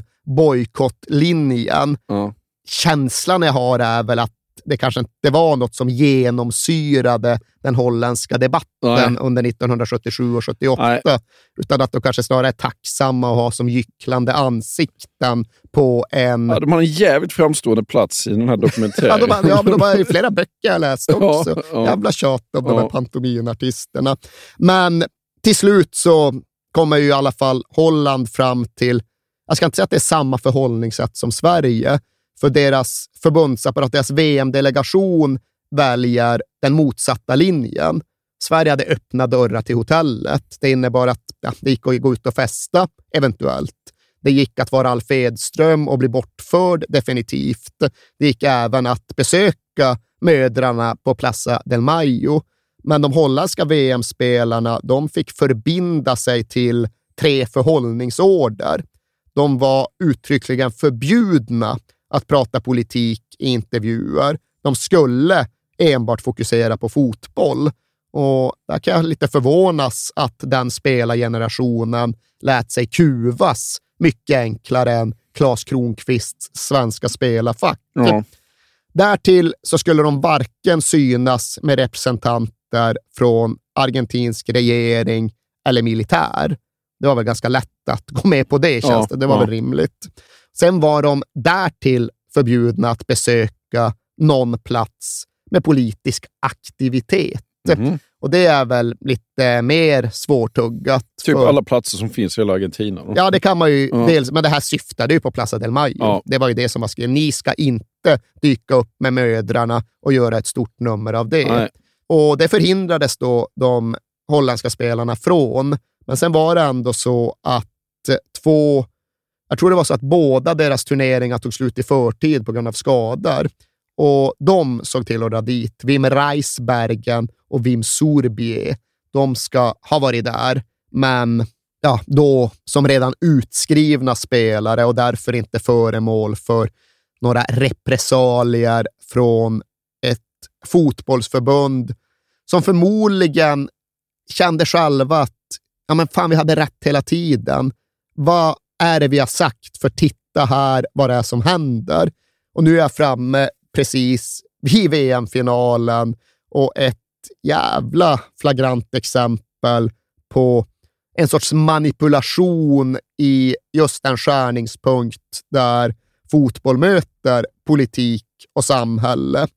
bojkottlinjen. Ja. Känslan jag har är väl att det kanske inte var något som genomsyrade den holländska debatten Nej. under nittonhundrasjuttiosju och sjuttioåtta. Nej. Utan att de kanske snarare är tacksamma att ha som gycklande ansikten på en... Ja, de har en jävligt framstående plats i den här dokumentären. ja, de har, ja, men de har ju flera böcker jag läst också. Ja, ja. Jävla tjat av ja. de här pantomimartisterna. Men till slut så kommer ju i alla fall Holland fram till... Jag ska inte säga att det är samma förhållningssätt som Sverige. För deras förbundsapparat, deras V M-delegation väljer den motsatta linjen. Sverige hade öppna dörrar till hotellet. Det innebar att ja, det gick att gå ut och festa, eventuellt. Det gick att vara Alf Edström och bli bortförd, definitivt. Det gick även att besöka mödrarna på Plaza del Mayo. Men de holländska V M-spelarna, de fick förbinda sig till tre förhållningsorder. De var uttryckligen förbjudna att prata politik i intervjuer. De skulle enbart fokusera på fotboll. Och där kan jag lite förvånas att den spelargenerationen lät sig kuvas mycket enklare än Claes Kronqvists svenska spelarfack. Ja. Därtill så skulle de varken synas med representanter från argentinsk regering eller militär. Det var väl ganska lätt att gå med på det, känns det. Det var ja. väl rimligt. Sen var de därtill förbjudna att besöka någon plats med politisk aktivitet. Mm. Och det är väl lite mer svårtuggat. Typ för... alla platser som finns i hela Argentina. Då. Ja, det kan man ju. Ja. Dels, men det här syftade ju på Plaza del Mayo. Ja. Det var ju det som var skrivet. Ni ska inte dyka upp med mödrarna och göra ett stort nummer av det. Nej. Och det förhindrades då de holländska spelarna från. Men sen var det ändå så att två... Jag tror det var så att båda deras turneringar tog slut i förtid på grund av skador. Och de såg till att dra dit. Wim Reisbergen och Wim Sorbie. De ska ha varit där. Men ja, då som redan utskrivna spelare och därför inte föremål för några repressalier från ett fotbollsförbund som förmodligen kände själva att ja, men fan, vi hade rätt hela tiden. Vad är det vi har sagt? För titta här vad det är som händer. Och nu är jag framme precis vid V M-finalen och ett jävla flagrant exempel på en sorts manipulation i just en skärningspunkt där fotboll möter politik och samhälle.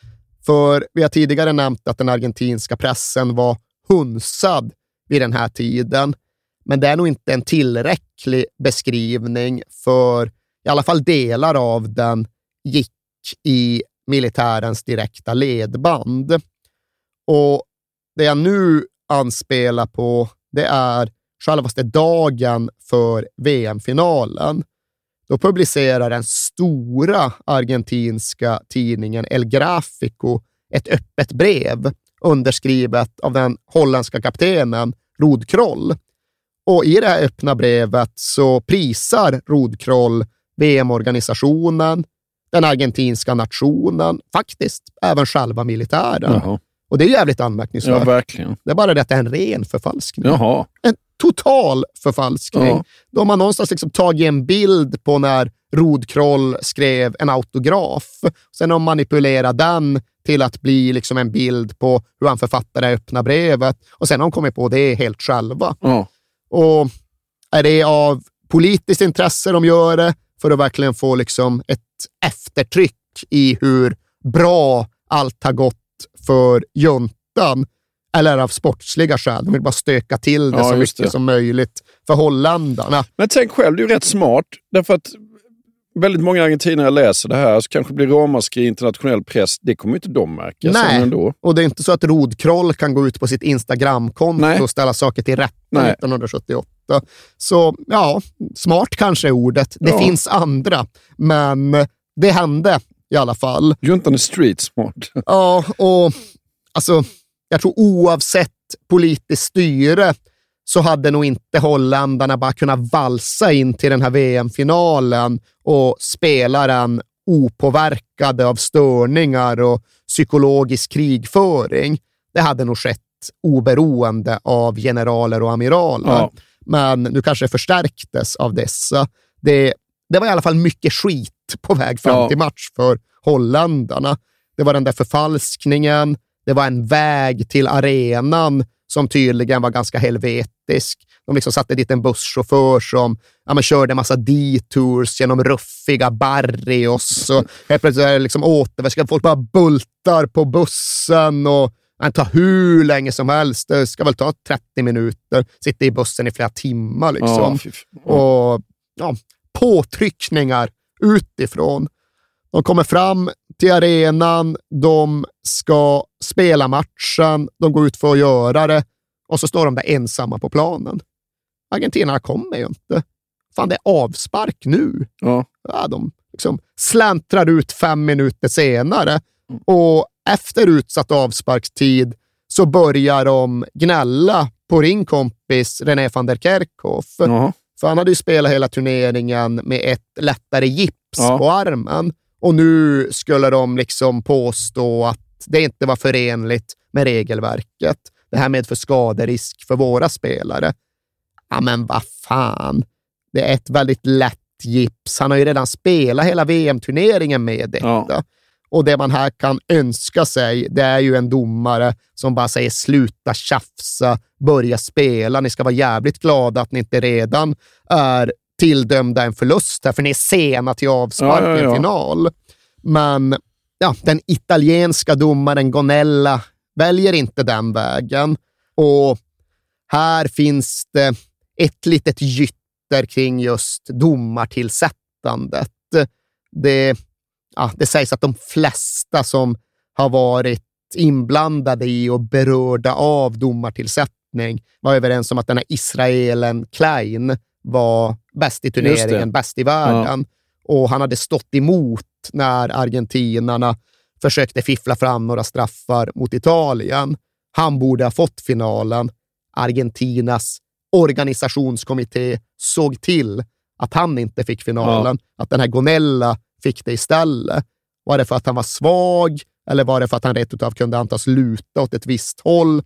För vi har tidigare nämnt att den argentinska pressen var hunsad vid den här tiden. Men det är nog inte en tillräcklig beskrivning, för i alla fall delar av den gick i militärens direkta ledband. Och det jag nu anspelar på, det är självaste dagen för V M-finalen. Då publicerar den stora argentinska tidningen El Gráfico ett öppet brev underskrivet av den holländska kaptenen Ruud Krol. Och i det här öppna brevet så prisar Ruud Krol V M-organisationen, den argentinska nationen, faktiskt även själva militären. Jaha. Och det är jävligt anmärkningsvärt. Ja, verkligen. Det är bara det att det är en ren förfalskning. Jaha. En total förfalskning. Ja. Då har man någonstans liksom tagit en bild på när Ruud Krol skrev en autograf. Sen har man manipulerat den till att bli liksom en bild på hur han författade öppna brevet. Och sen har de kommit på det helt själva. Ja. Och är det av politiskt intresse de gör det för att verkligen få liksom ett eftertryck i hur bra allt har gått för juntan, eller av sportsliga skäl. De vill bara stöka till det ja, så mycket det. som möjligt för holländarna. Men tänk själv, det är ju rätt smart. Därför att väldigt många argentinare läser det här, så kanske blir ramaskri i internationell press. Det kommer inte de märka. Nej, ändå. Och det är inte så att Ruud Krol kan gå ut på sitt Instagramkonto Nej. och ställa saker till rätta nittonhundrasjuttioåtta. Så ja, smart kanske är ordet. Det ja. finns andra, men det hände i alla fall. Juntan är street smart. Ja, och alltså, jag tror oavsett politiskt styre så hade nog inte holländarna bara kunnat valsa in till den här V M-finalen och spela den opåverkade av störningar och psykologisk krigföring. Det hade nog skett oberoende av generaler och amiraler. Ja. Men nu kanske det förstärktes av dessa. Det, det var i alla fall mycket skit på väg fram ja. till match för holländarna. Det var den där förfalskningen. Det var en väg till arenan som tydligen var ganska helvetisk. De liksom satte dit en busschaufför som ja, men körde en massa detours genom ruffiga barrios och helt plötsligt är det liksom återväska. Folk bara bultar på bussen och det tar hur länge som helst. Det ska väl ta trettio minuter. Sitter i bussen i flera timmar liksom. Ja, och ja, påtryckningar utifrån. De kommer fram till arenan. De ska spela matchen. De går ut för att göra det. Och så står de där ensamma på planen. Argentina kommer ju inte. Fan, det är avspark nu. Ja. Ja, de liksom släntrar ut fem minuter senare. Och efter utsatt avsparkstid så börjar de gnälla på din kompis René van der Kerkhoff. Ja. För han hade ju spelat hela turneringen med ett lättare gips ja. på armen. Och nu skulle de liksom påstå att det inte var förenligt med regelverket. Det här med för skaderisk för våra spelare. Ja, men vad fan. Det är ett väldigt lätt gips. Han har ju redan spelat hela V M-turneringen med detta. Ja. Och det man här kan önska sig, det är ju en domare som bara säger sluta tjafsa, börja spela. Ni ska vara jävligt glada att ni inte redan är tilldömda en förlust här, för ni är sena till avspark i ja, ja, ja. en final. Men ja, den italienska domaren Gonella väljer inte den vägen. Och här finns det ett litet gytter kring just domartillsättandet. Det, ja, det sägs att de flesta som har varit inblandade i och berörda av domartillsättning var överens om att den här Israelen Klein var bäst i turneringen, bäst i världen. Ja. Och han hade stått emot när argentinarna försökte fiffla fram några straffar mot Italien. Han borde ha fått finalen. Argentinas organisationskommitté såg till att han inte fick finalen. Ja. Att den här Gonella fick det istället. Var det för att han var svag? Eller var det för att han rätt utav kunde antas luta åt ett visst håll?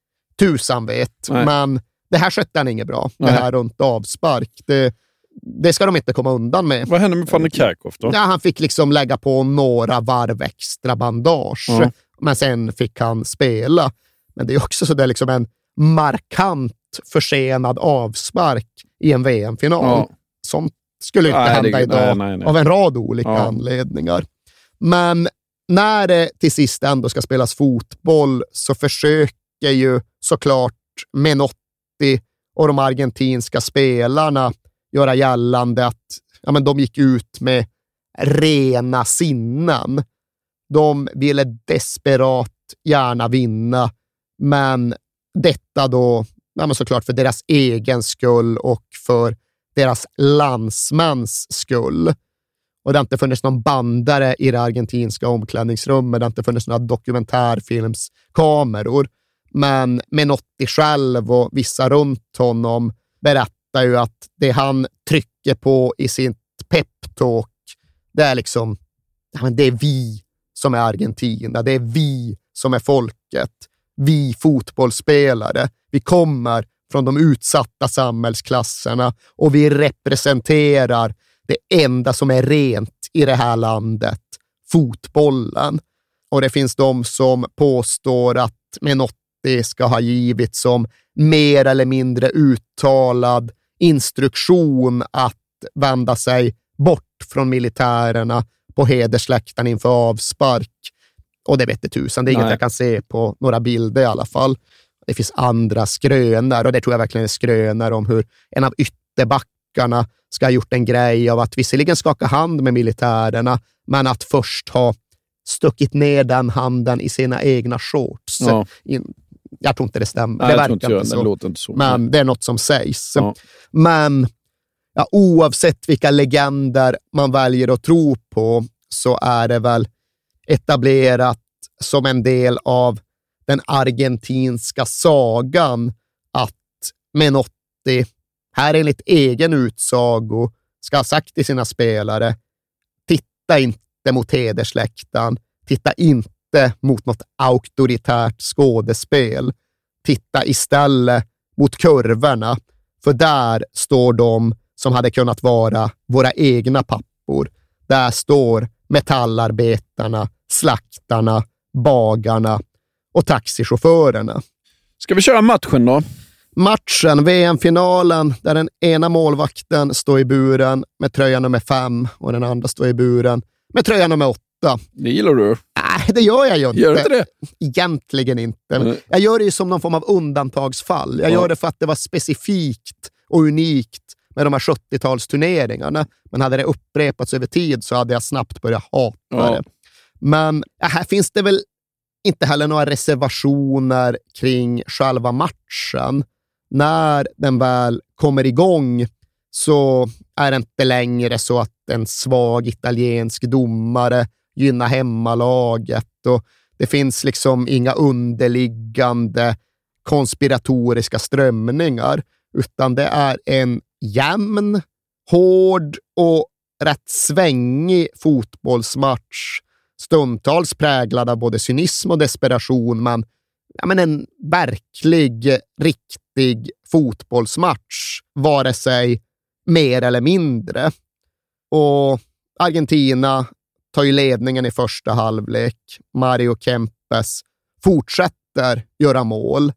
Tusan vet. Nej. Men det här skötte han inget bra. Nej. Det här runt avspark. Det, det ska de inte komma undan med. Vad hände med van der Kerkhoff då? Ja, han fick liksom lägga på några varv extra bandage. Ja. Men sen fick han spela. Men det är också så där liksom en markant försenad avspark i en V M-final. Ja. Sånt skulle inte nej, hända det, idag nej, nej, nej. av en rad olika ja. anledningar. Men när det till sist ändå ska spelas fotboll så försöker ju såklart Menotti och de argentinska spelarna göra gällande att ja, men de gick ut med rena sinnen. De ville desperat gärna vinna, men detta då ja, men såklart för deras egen skull och för deras landsmäns skull. Och det har inte funnits någon bandare i det argentinska omklädningsrummet. Det har inte funnits några dokumentärfilmskameror. Men Menotti själv och vissa runt honom berättar ju att det han trycker på i sin peptalk, det är liksom, ja, men det är vi som är Argentina. Det är vi som är folket. Vi fotbollsspelare. Vi kommer från de utsatta samhällsklasserna och vi representerar det enda som är rent i det här landet, fotbollen. Och det finns de som påstår att Menotti ska ha givit som mer eller mindre uttalad instruktion att vända sig bort från militärerna på hedersläktaren inför avspark. Och det vet det tusan, det är inget Nej. jag kan se på några bilder i alla fall. Det finns andra skrönor och det tror jag verkligen är skrönor om hur en av ytterbackarna ska ha gjort en grej av att visserligen skaka hand med militärerna, men att först ha stuckit ner den handen i sina egna shorts. Ja. Jag tror inte det stämmer. Nej, det verkar inte, inte så. Det låter inte så. Men det är något som sägs. Ja. Men ja, oavsett vilka legender man väljer att tro på så är det väl etablerat som en del av den argentinska sagan att Menotti här enligt egen utsago ska ha sagt till sina spelare: titta inte inte mot hedersläktaren. Titta inte mot något auktoritärt skådespel. Titta istället mot kurvorna. För där står de som hade kunnat vara våra egna pappor. Där står metallarbetarna, slaktarna, bagarna och taxichaufförerna. Ska vi köra matchen då? Matchen, V M-finalen, där den ena målvakten står i buren med tröja nummer fem och den andra står i buren med tröja nummer åtta. Det gillar du? Nej, det gör jag ju inte. Gör du inte det? Egentligen inte. Mm. Jag gör det ju som någon form av undantagsfall. Jag Ja. gör det för att det var specifikt och unikt med de här sjuttiotalsturneringarna. Men hade det upprepats över tid så hade jag snabbt börjat hata Ja. det. Men ja, här finns det väl inte heller några reservationer kring själva matchen. När den väl kommer igång så är det inte längre så att en svag italiensk domare gynnar hemmalaget och det finns liksom inga underliggande konspiratoriska strömningar, utan det är en jämn, hård och rätt svängig fotbollsmatch. Stundtals präglad av både cynism och desperation, men, ja, men en verklig, riktig fotbollsmatch, vare sig mer eller mindre. Och Argentina tar ju ledningen i första halvlek. Mario Kempes fortsätter göra mål,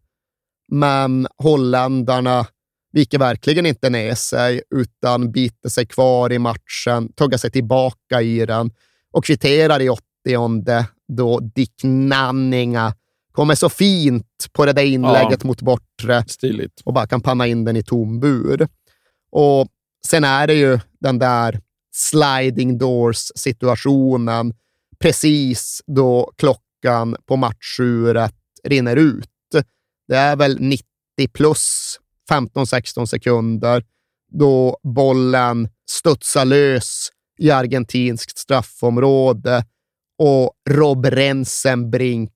men holländarna viker verkligen inte ner sig utan biter sig kvar i matchen, tuggar sig tillbaka i den och kvitterar i åttionde då Dick Nanninga kommer så fint på det där inlägget, ja, mot bortre. Stiligt. Och bara kan panna in den i tom bur. Och sen är det ju den där sliding doors situationen precis då klockan på matchuret rinner ut. Det är väl nittio plus femton sexton sekunder då bollen studsar lös i argentinskt straffområde och Rob Rensenbrink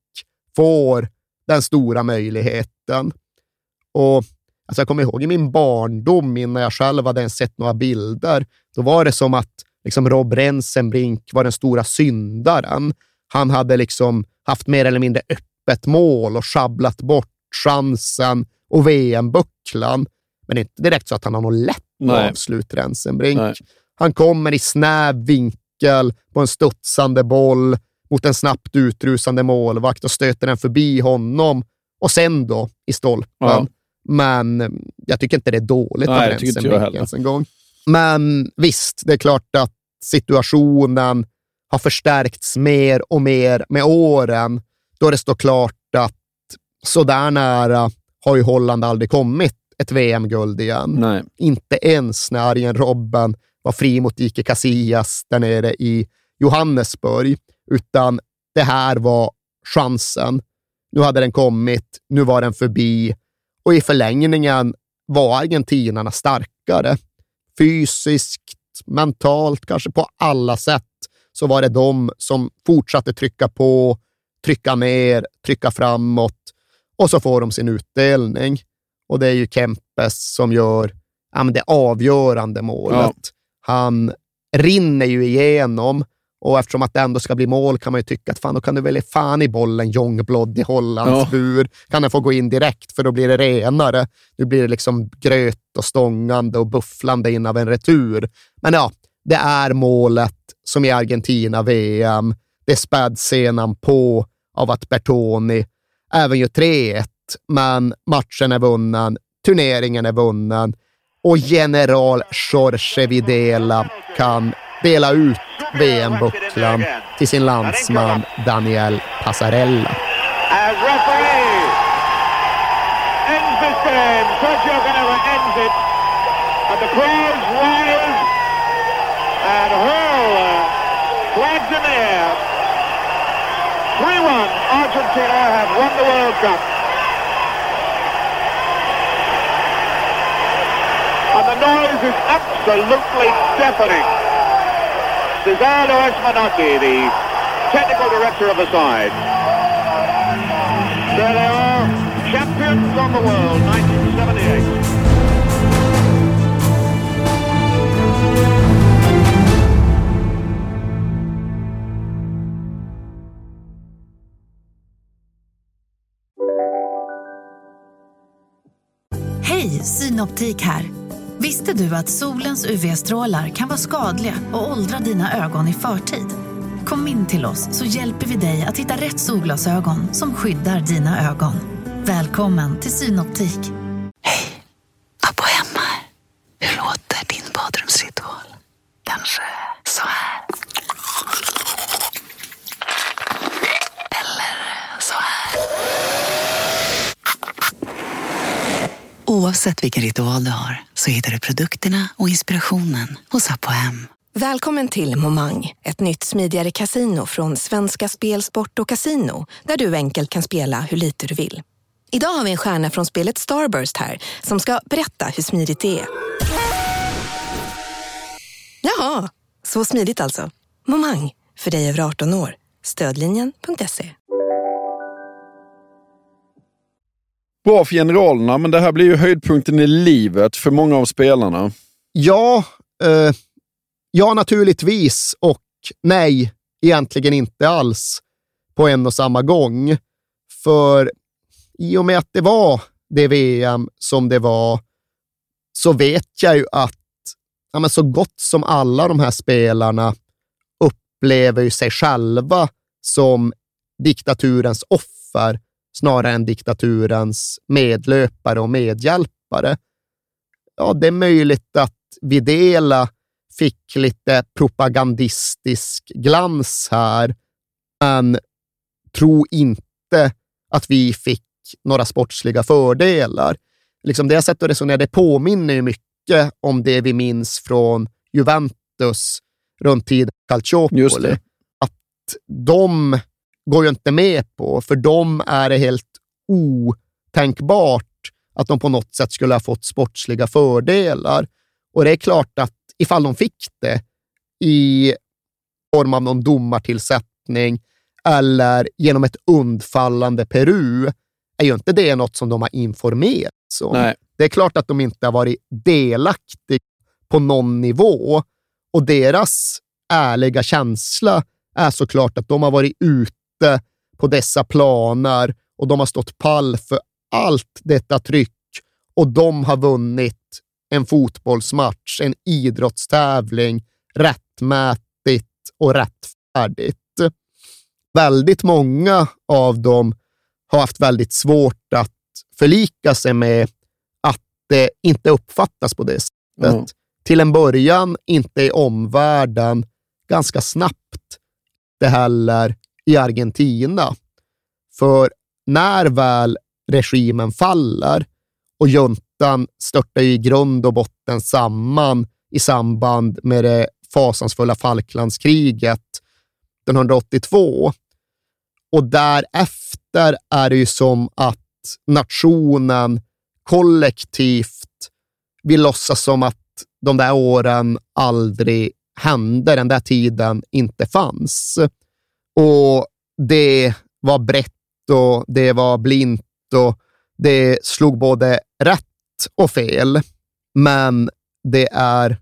får den stora möjligheten. Och alltså jag kommer ihåg i min barndom innan jag själv hade ens sett några bilder, då var det som att liksom Rob Rensenbrink var den stora syndaren. Han hade liksom haft mer eller mindre öppet mål och schabblat bort chansen och V M-bucklan. Men det är inte direkt så att han har något lätt Nej. avslut, Rensenbrink. Nej. Han kommer i snäv vinkel på en studsande boll mot en snabbt utrusande målvakt och stöter den förbi honom och sen då i stolpen. Ja. Men jag tycker inte det är dåligt Nej, av jag tycker inte jag Rensenbrink ens en gång. Men visst, det är klart att situationen har förstärkts mer och mer med åren, då det står klart att så där nära har ju Holland aldrig kommit ett V M-guld igen. Nej. Inte ens när Arjen Robben var fri mot Ike Casillas där nere i Johannesburg, utan det här var chansen. Nu hade den kommit, nu var den förbi och i förlängningen var argentinarna starkare. Fysiskt, mentalt, kanske på alla sätt så var det de som fortsatte trycka på, trycka ner, trycka framåt och så får de sin utdelning. Och det är ju Kempes som gör ja, men det avgörande målet. Ja. Han rinner ju igenom och eftersom att det ändå ska bli mål kan man ju tycka att fan, då kan du väl fan i bollen Ljungblad i Hollands ja. bur. Kan den få gå in direkt för då blir det renare. Nu blir det liksom gröt och stångande och bufflande in av en retur. Men ja, det är målet som i Argentina V M. Det späds sedan på av att Bertoni även gör tre ett. Men matchen är vunnen, turneringen är vunnen och general Jorge Videla kan dela ut V M-bucklan till sin landsman Daniel Passarella. As referee ends this game, Sergio Canova ends it, and the crowds rise and hurl flags in the air. three one, Argentina have won the World Cup. And the noise is absolutely deafening. Cesar Luis Menotti, the technical director of the side. There they are, champions of the world, nineteen seventy-eight. Hej, Synoptik här. Visste du att solens U V-strålar kan vara skadliga och åldra dina ögon i förtid? Kom in till oss så hjälper vi dig att hitta rätt solglasögon som skyddar dina ögon. Välkommen till Synoptik. Hej, Abba hemma. Hur låter din badrumsritual? Kanske så här. Eller så här. Oavsett vilken ritual du har så hittar du produkterna och inspirationen hos Apohem. Välkommen till Momang, ett nytt smidigare casino från Svenska Spel, Sport och Casino, där du enkelt kan spela hur lite du vill. Idag har vi en stjärna från spelet Starburst här som ska berätta hur smidigt det är. Jaha, så smidigt alltså. Momang, för dig över arton år. Stödlinjen punkt se. Bra för generalerna, men det här blir ju höjdpunkten i livet för många av spelarna. Ja, eh, ja naturligtvis, och nej, egentligen inte alls på en och samma gång. För i och med att det var det V M som det var, så vet jag ju att ja, men så gott som alla de här spelarna upplever ju sig själva som diktaturens offer snarare än diktaturens medlöpare och medhjälpare. Ja, det är möjligt att Videla fick lite propagandistisk glans här, men tro inte att vi fick några sportsliga fördelar. Liksom det sättet att resonera, det påminner ju mycket om det vi minns från Juventus runt tiden Calciopoli. Att de går ju inte med på, för dem är det helt otänkbart att de på något sätt skulle ha fått sportsliga fördelar. Och det är klart att ifall de fick det i form av någon domartillsättning eller genom ett undfallande Peru, är ju inte det något som de har informerats om. Nej. Det är klart att de inte har varit delaktiga på någon nivå, och deras ärliga känsla är såklart att de har varit ute på dessa planer och de har stått pall för allt detta tryck, och de har vunnit en fotbollsmatch, en idrottstävling rättmätigt och rättfärdigt. Väldigt många av dem har haft väldigt svårt att förlika sig med att det inte uppfattas på det sättet. Mm. Till en början inte i omvärlden, ganska snabbt det heller i Argentina. För när väl regimen faller och juntan störtar i grund och botten samman i samband med det fasansfulla Falklandskriget nittonhundraåttiotvå, och därefter är det ju som att nationen kollektivt vill låtsas som att de där åren aldrig hände, den där tiden inte fanns. Och det var brett och det var blint och det slog både rätt och fel. Men det är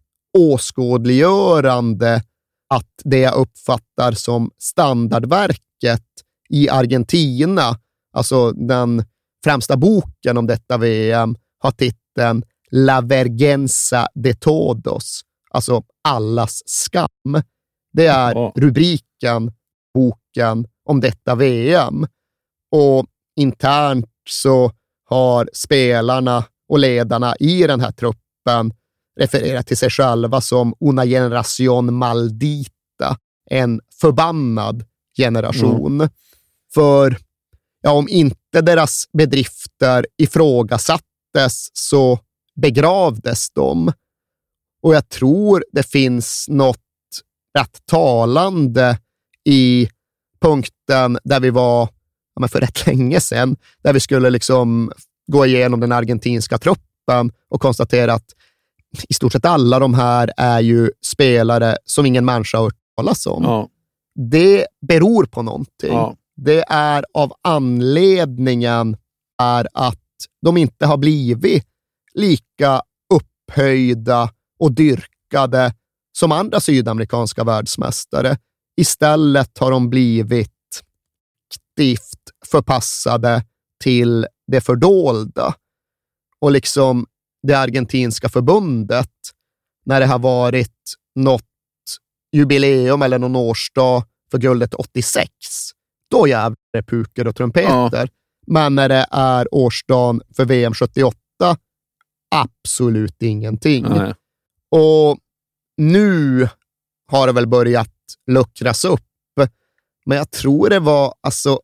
åskådliggörande att det jag uppfattar som standardverket i Argentina, alltså den främsta boken om detta V M, har titeln La Vergüenza de Todos, alltså allas skam. Det är ja. rubriken, boken om detta V M. Och internt så har spelarna och ledarna i den här truppen refererat till sig själva som una generación maldita, en förbannad generation. Mm. För ja, om inte deras bedrifter ifrågasattes så begravdes de. Och jag tror det finns något rätt talande i punkten där vi var ja, men för rätt länge sedan, där vi skulle liksom gå igenom den argentinska truppen och konstatera att i stort sett alla de här är ju spelare som ingen människa har hört talas om. Ja. Det beror på någonting. Ja. Det är av anledningen är att de inte har blivit lika upphöjda och dyrkade som andra sydamerikanska världsmästare. Istället har de blivit aktivt förpassade till det fördolda. och liksom det argentinska förbundet, när det har varit något jubileum eller någon årsdag för guldet åttiosex, då jävlar det puker och trumpeter. Ja. Men när det är årsdagen för V M sjuttioåtta, absolut ingenting. Nej. Och nu har det väl börjat luckras upp. Men jag tror det var alltså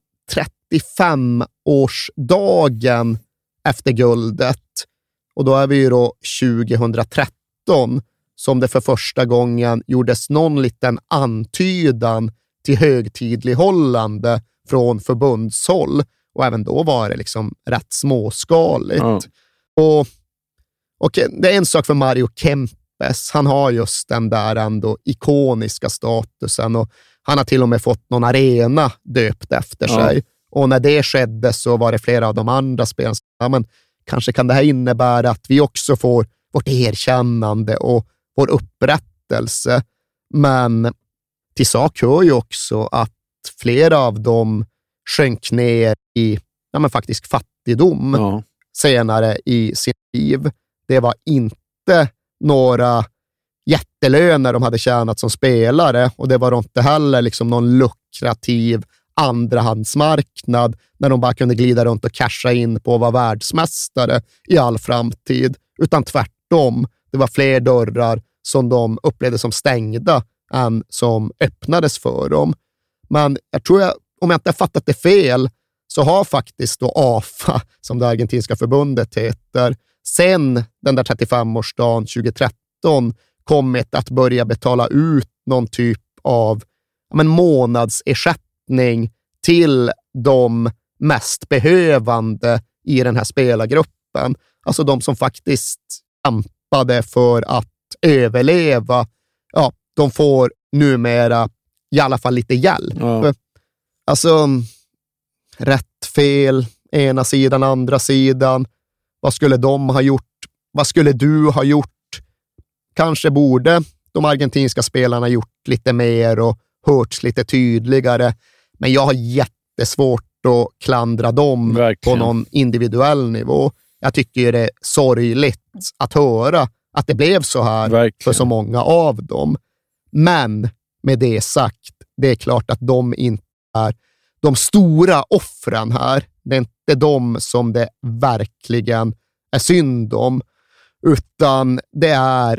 trettiofem-årsdagen efter guldet. Och då är vi ju då tjugohundratretton som det för första gången gjordes någon liten antydan till högtidlighållande från förbundshåll. Och även då var det liksom rätt småskaligt. Ja. Och, och det är en sak för Mario Kempes. Han har just den där ändå ikoniska statusen och han har till och med fått någon arena döpt efter ja. sig. Och när det skedde så var det flera av de andra spelarna som ja, men kanske kan det här innebära att vi också får vårt erkännande och vår upprättelse. Men till sak hör ju också att flera av dem sjönk ner i ja, men faktiskt fattigdom ja. senare i sitt liv. Det var inte några jättelöner de hade tjänat som spelare och det var inte heller liksom någon lukrativ andrahandsmarknad när de bara kunde glida runt och casha in på att vara världsmästare i all framtid. Utan tvärtom, det var fler dörrar som de upplevde som stängda än som öppnades för dem. Men jag tror jag, om jag inte har fattat det fel, så har faktiskt då A F A, som det argentinska förbundet heter, sen den där trettiofem-årsdagen tjugohundratretton kommit att börja betala ut någon typ av ja, men månadsersättning till de mest behövande i den här spelargruppen. Alltså de som faktiskt kämpade för att överleva. Ja, de får numera i alla fall lite hjälp. Ja. Alltså, rätt, fel, ena sidan, andra sidan. Vad skulle de ha gjort? Vad skulle du ha gjort? Kanske borde de argentinska spelarna gjort lite mer och hörts lite tydligare. Men jag har jättesvårt att klandra dem Verkligen. på någon individuell nivå. Jag tycker det är sorgligt att höra att det blev så här Verkligen. för så många av dem. Men med det sagt, det är klart att de inte är de stora offren här. Det är inte de som det verkligen är synd om, utan det är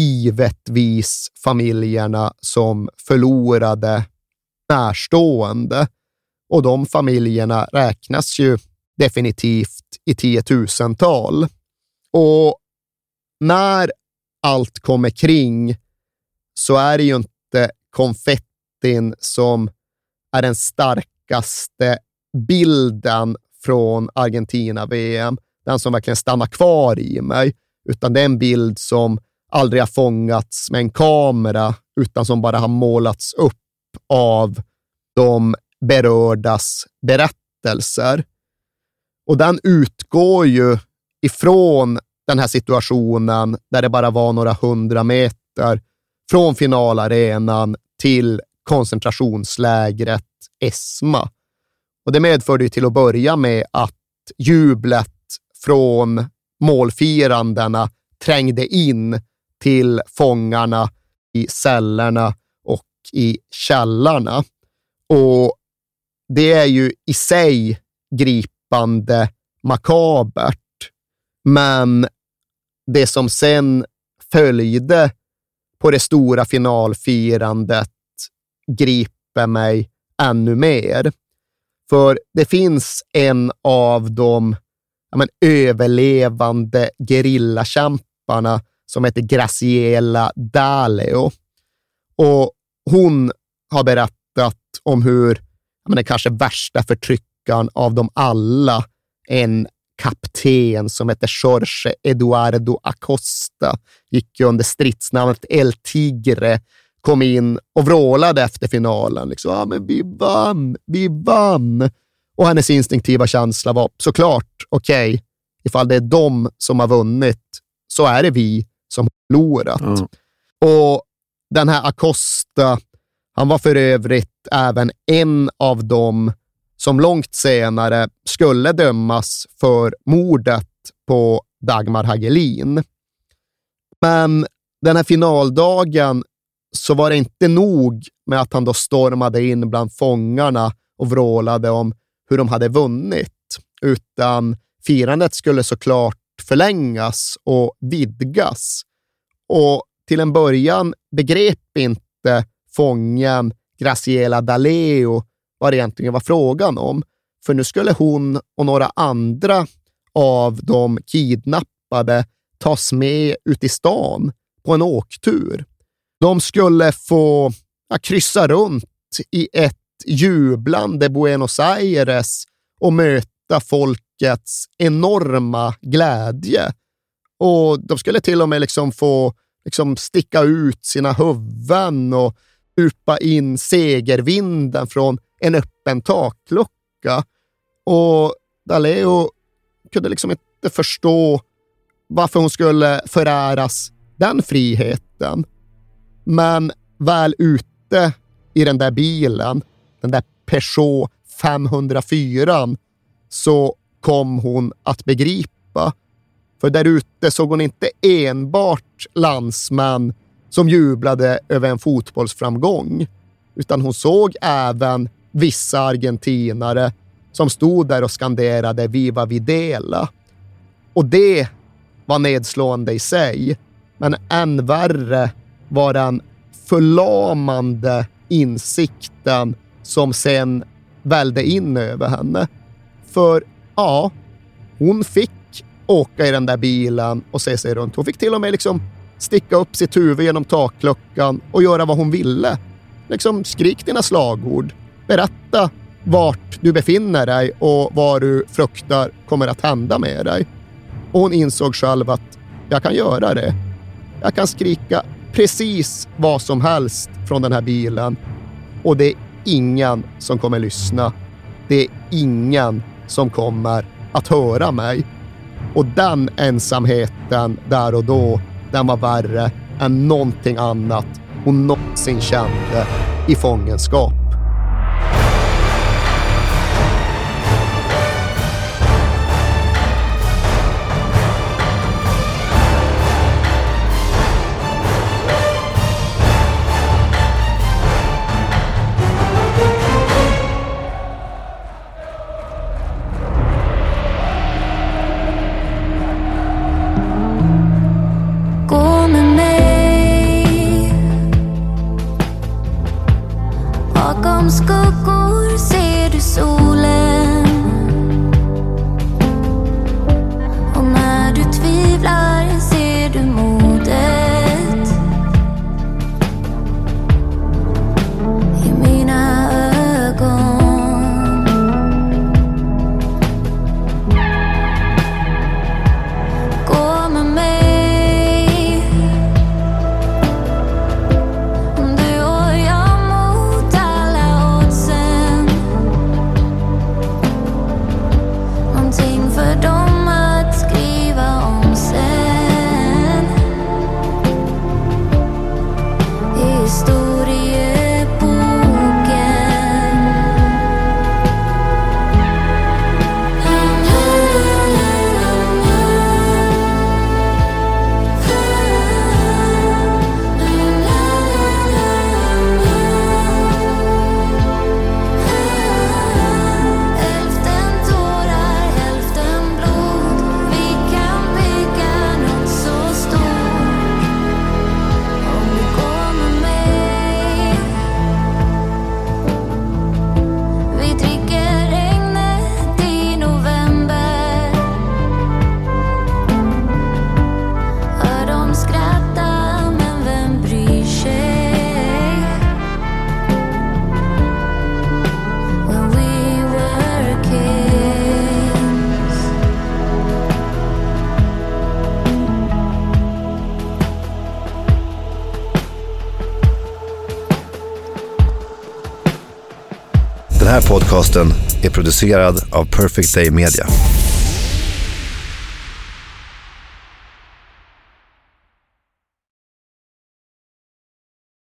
givetvis familjerna som förlorade närstående. Och de familjerna räknas ju definitivt i tiotusental. Och när allt kommer kring så är det ju inte konfettin som är den starkaste bilden från Argentina-V M. Den som verkligen stannar kvar i mig. Utan det är en bild som aldrig har fångats med en kamera utan som bara har målats upp av de berördas berättelser. Och den utgår ju ifrån den här situationen där det bara var några hundra meter från finalarenan till koncentrationslägret Esma. Och det medförde ju till att börja med att jublet från målfirandena trängde in till fångarna i cellerna och i källarna. Och det är ju i sig gripande makabert. Men det som sen följde på det stora finalfirandet griper mig ännu mer. För det finns en av de ja, men, överlevande gerillakämparna som heter Graciela Daleo. Och hon har berättat om hur ja, men, den kanske värsta förtryckaren av dem alla, en kapten som heter Jorge Eduardo Acosta, gick under stridsnamnet El Tigre, kom in och vrålade efter finalen. Liksom, ja, men vi vann, vi vann. Och hennes instinktiva känsla var såklart, okej, okay, ifall det är de som har vunnit så är det vi som har förlorat. Mm. Och den här Acosta, han var för övrigt även en av dem som långt senare skulle dömas för mordet på Dagmar Hagelin. Men den här finaldagen så var det inte nog med att han då stormade in bland fångarna och vrålade om hur de hade vunnit, utan firandet skulle såklart förlängas och vidgas. Och till en början begrep inte fången Graciela D'Aleo vad det egentligen var frågan om. För nu skulle hon och några andra av de kidnappade tas med ut i stan på en åktur. De skulle få ja, kryssa runt i ett jublande Buenos Aires och möta folkets enorma glädje. Och de skulle till och med liksom få liksom sticka ut sina huvuden och upa in segervinden från en öppen taklucka. Och D'Aleo kunde liksom inte förstå varför hon skulle föräras den friheten. Men väl ute i den där bilen, den där Peugeot femhundrafyra, så kom hon att begripa. För där ute såg hon inte enbart landsmän som jublade över en fotbollsframgång, utan hon såg även vissa argentinare som stod där och skanderade Viva Videla. Och det var nedslående i sig, men än värre var den förlamande insikten som sen vällde in över henne. För ja, hon fick åka i den där bilen och se sig runt. Hon fick till och med liksom sticka upp sitt huvud genom takluckan och göra vad hon ville. Liksom skrik dina slagord. Berätta vart du befinner dig och vad du fruktar kommer att hända med dig. Och hon insåg själv att jag kan göra det. Jag kan skrika precis vad som helst från den här bilen. Och det är ingen som kommer lyssna. Det är ingen som kommer att höra mig. Och den ensamheten där och då, den var värre än någonting annat hon någonsin kände i fångenskap. Skuggor ser du solen, och när du tvivlar ser du modet i mina ögon. Gå med mig, du och jag mot alla oddsen. Någonting för dem att skriva om sen i historieboken. Hälften tårar, hälften blod. Vi kan bygga något så stort om du går med mig. Vi dricker regnet i november. Hör dem skratta, men vem bryr sig? When we were kids. Den här podcasten är producerad av Perfect Day Media.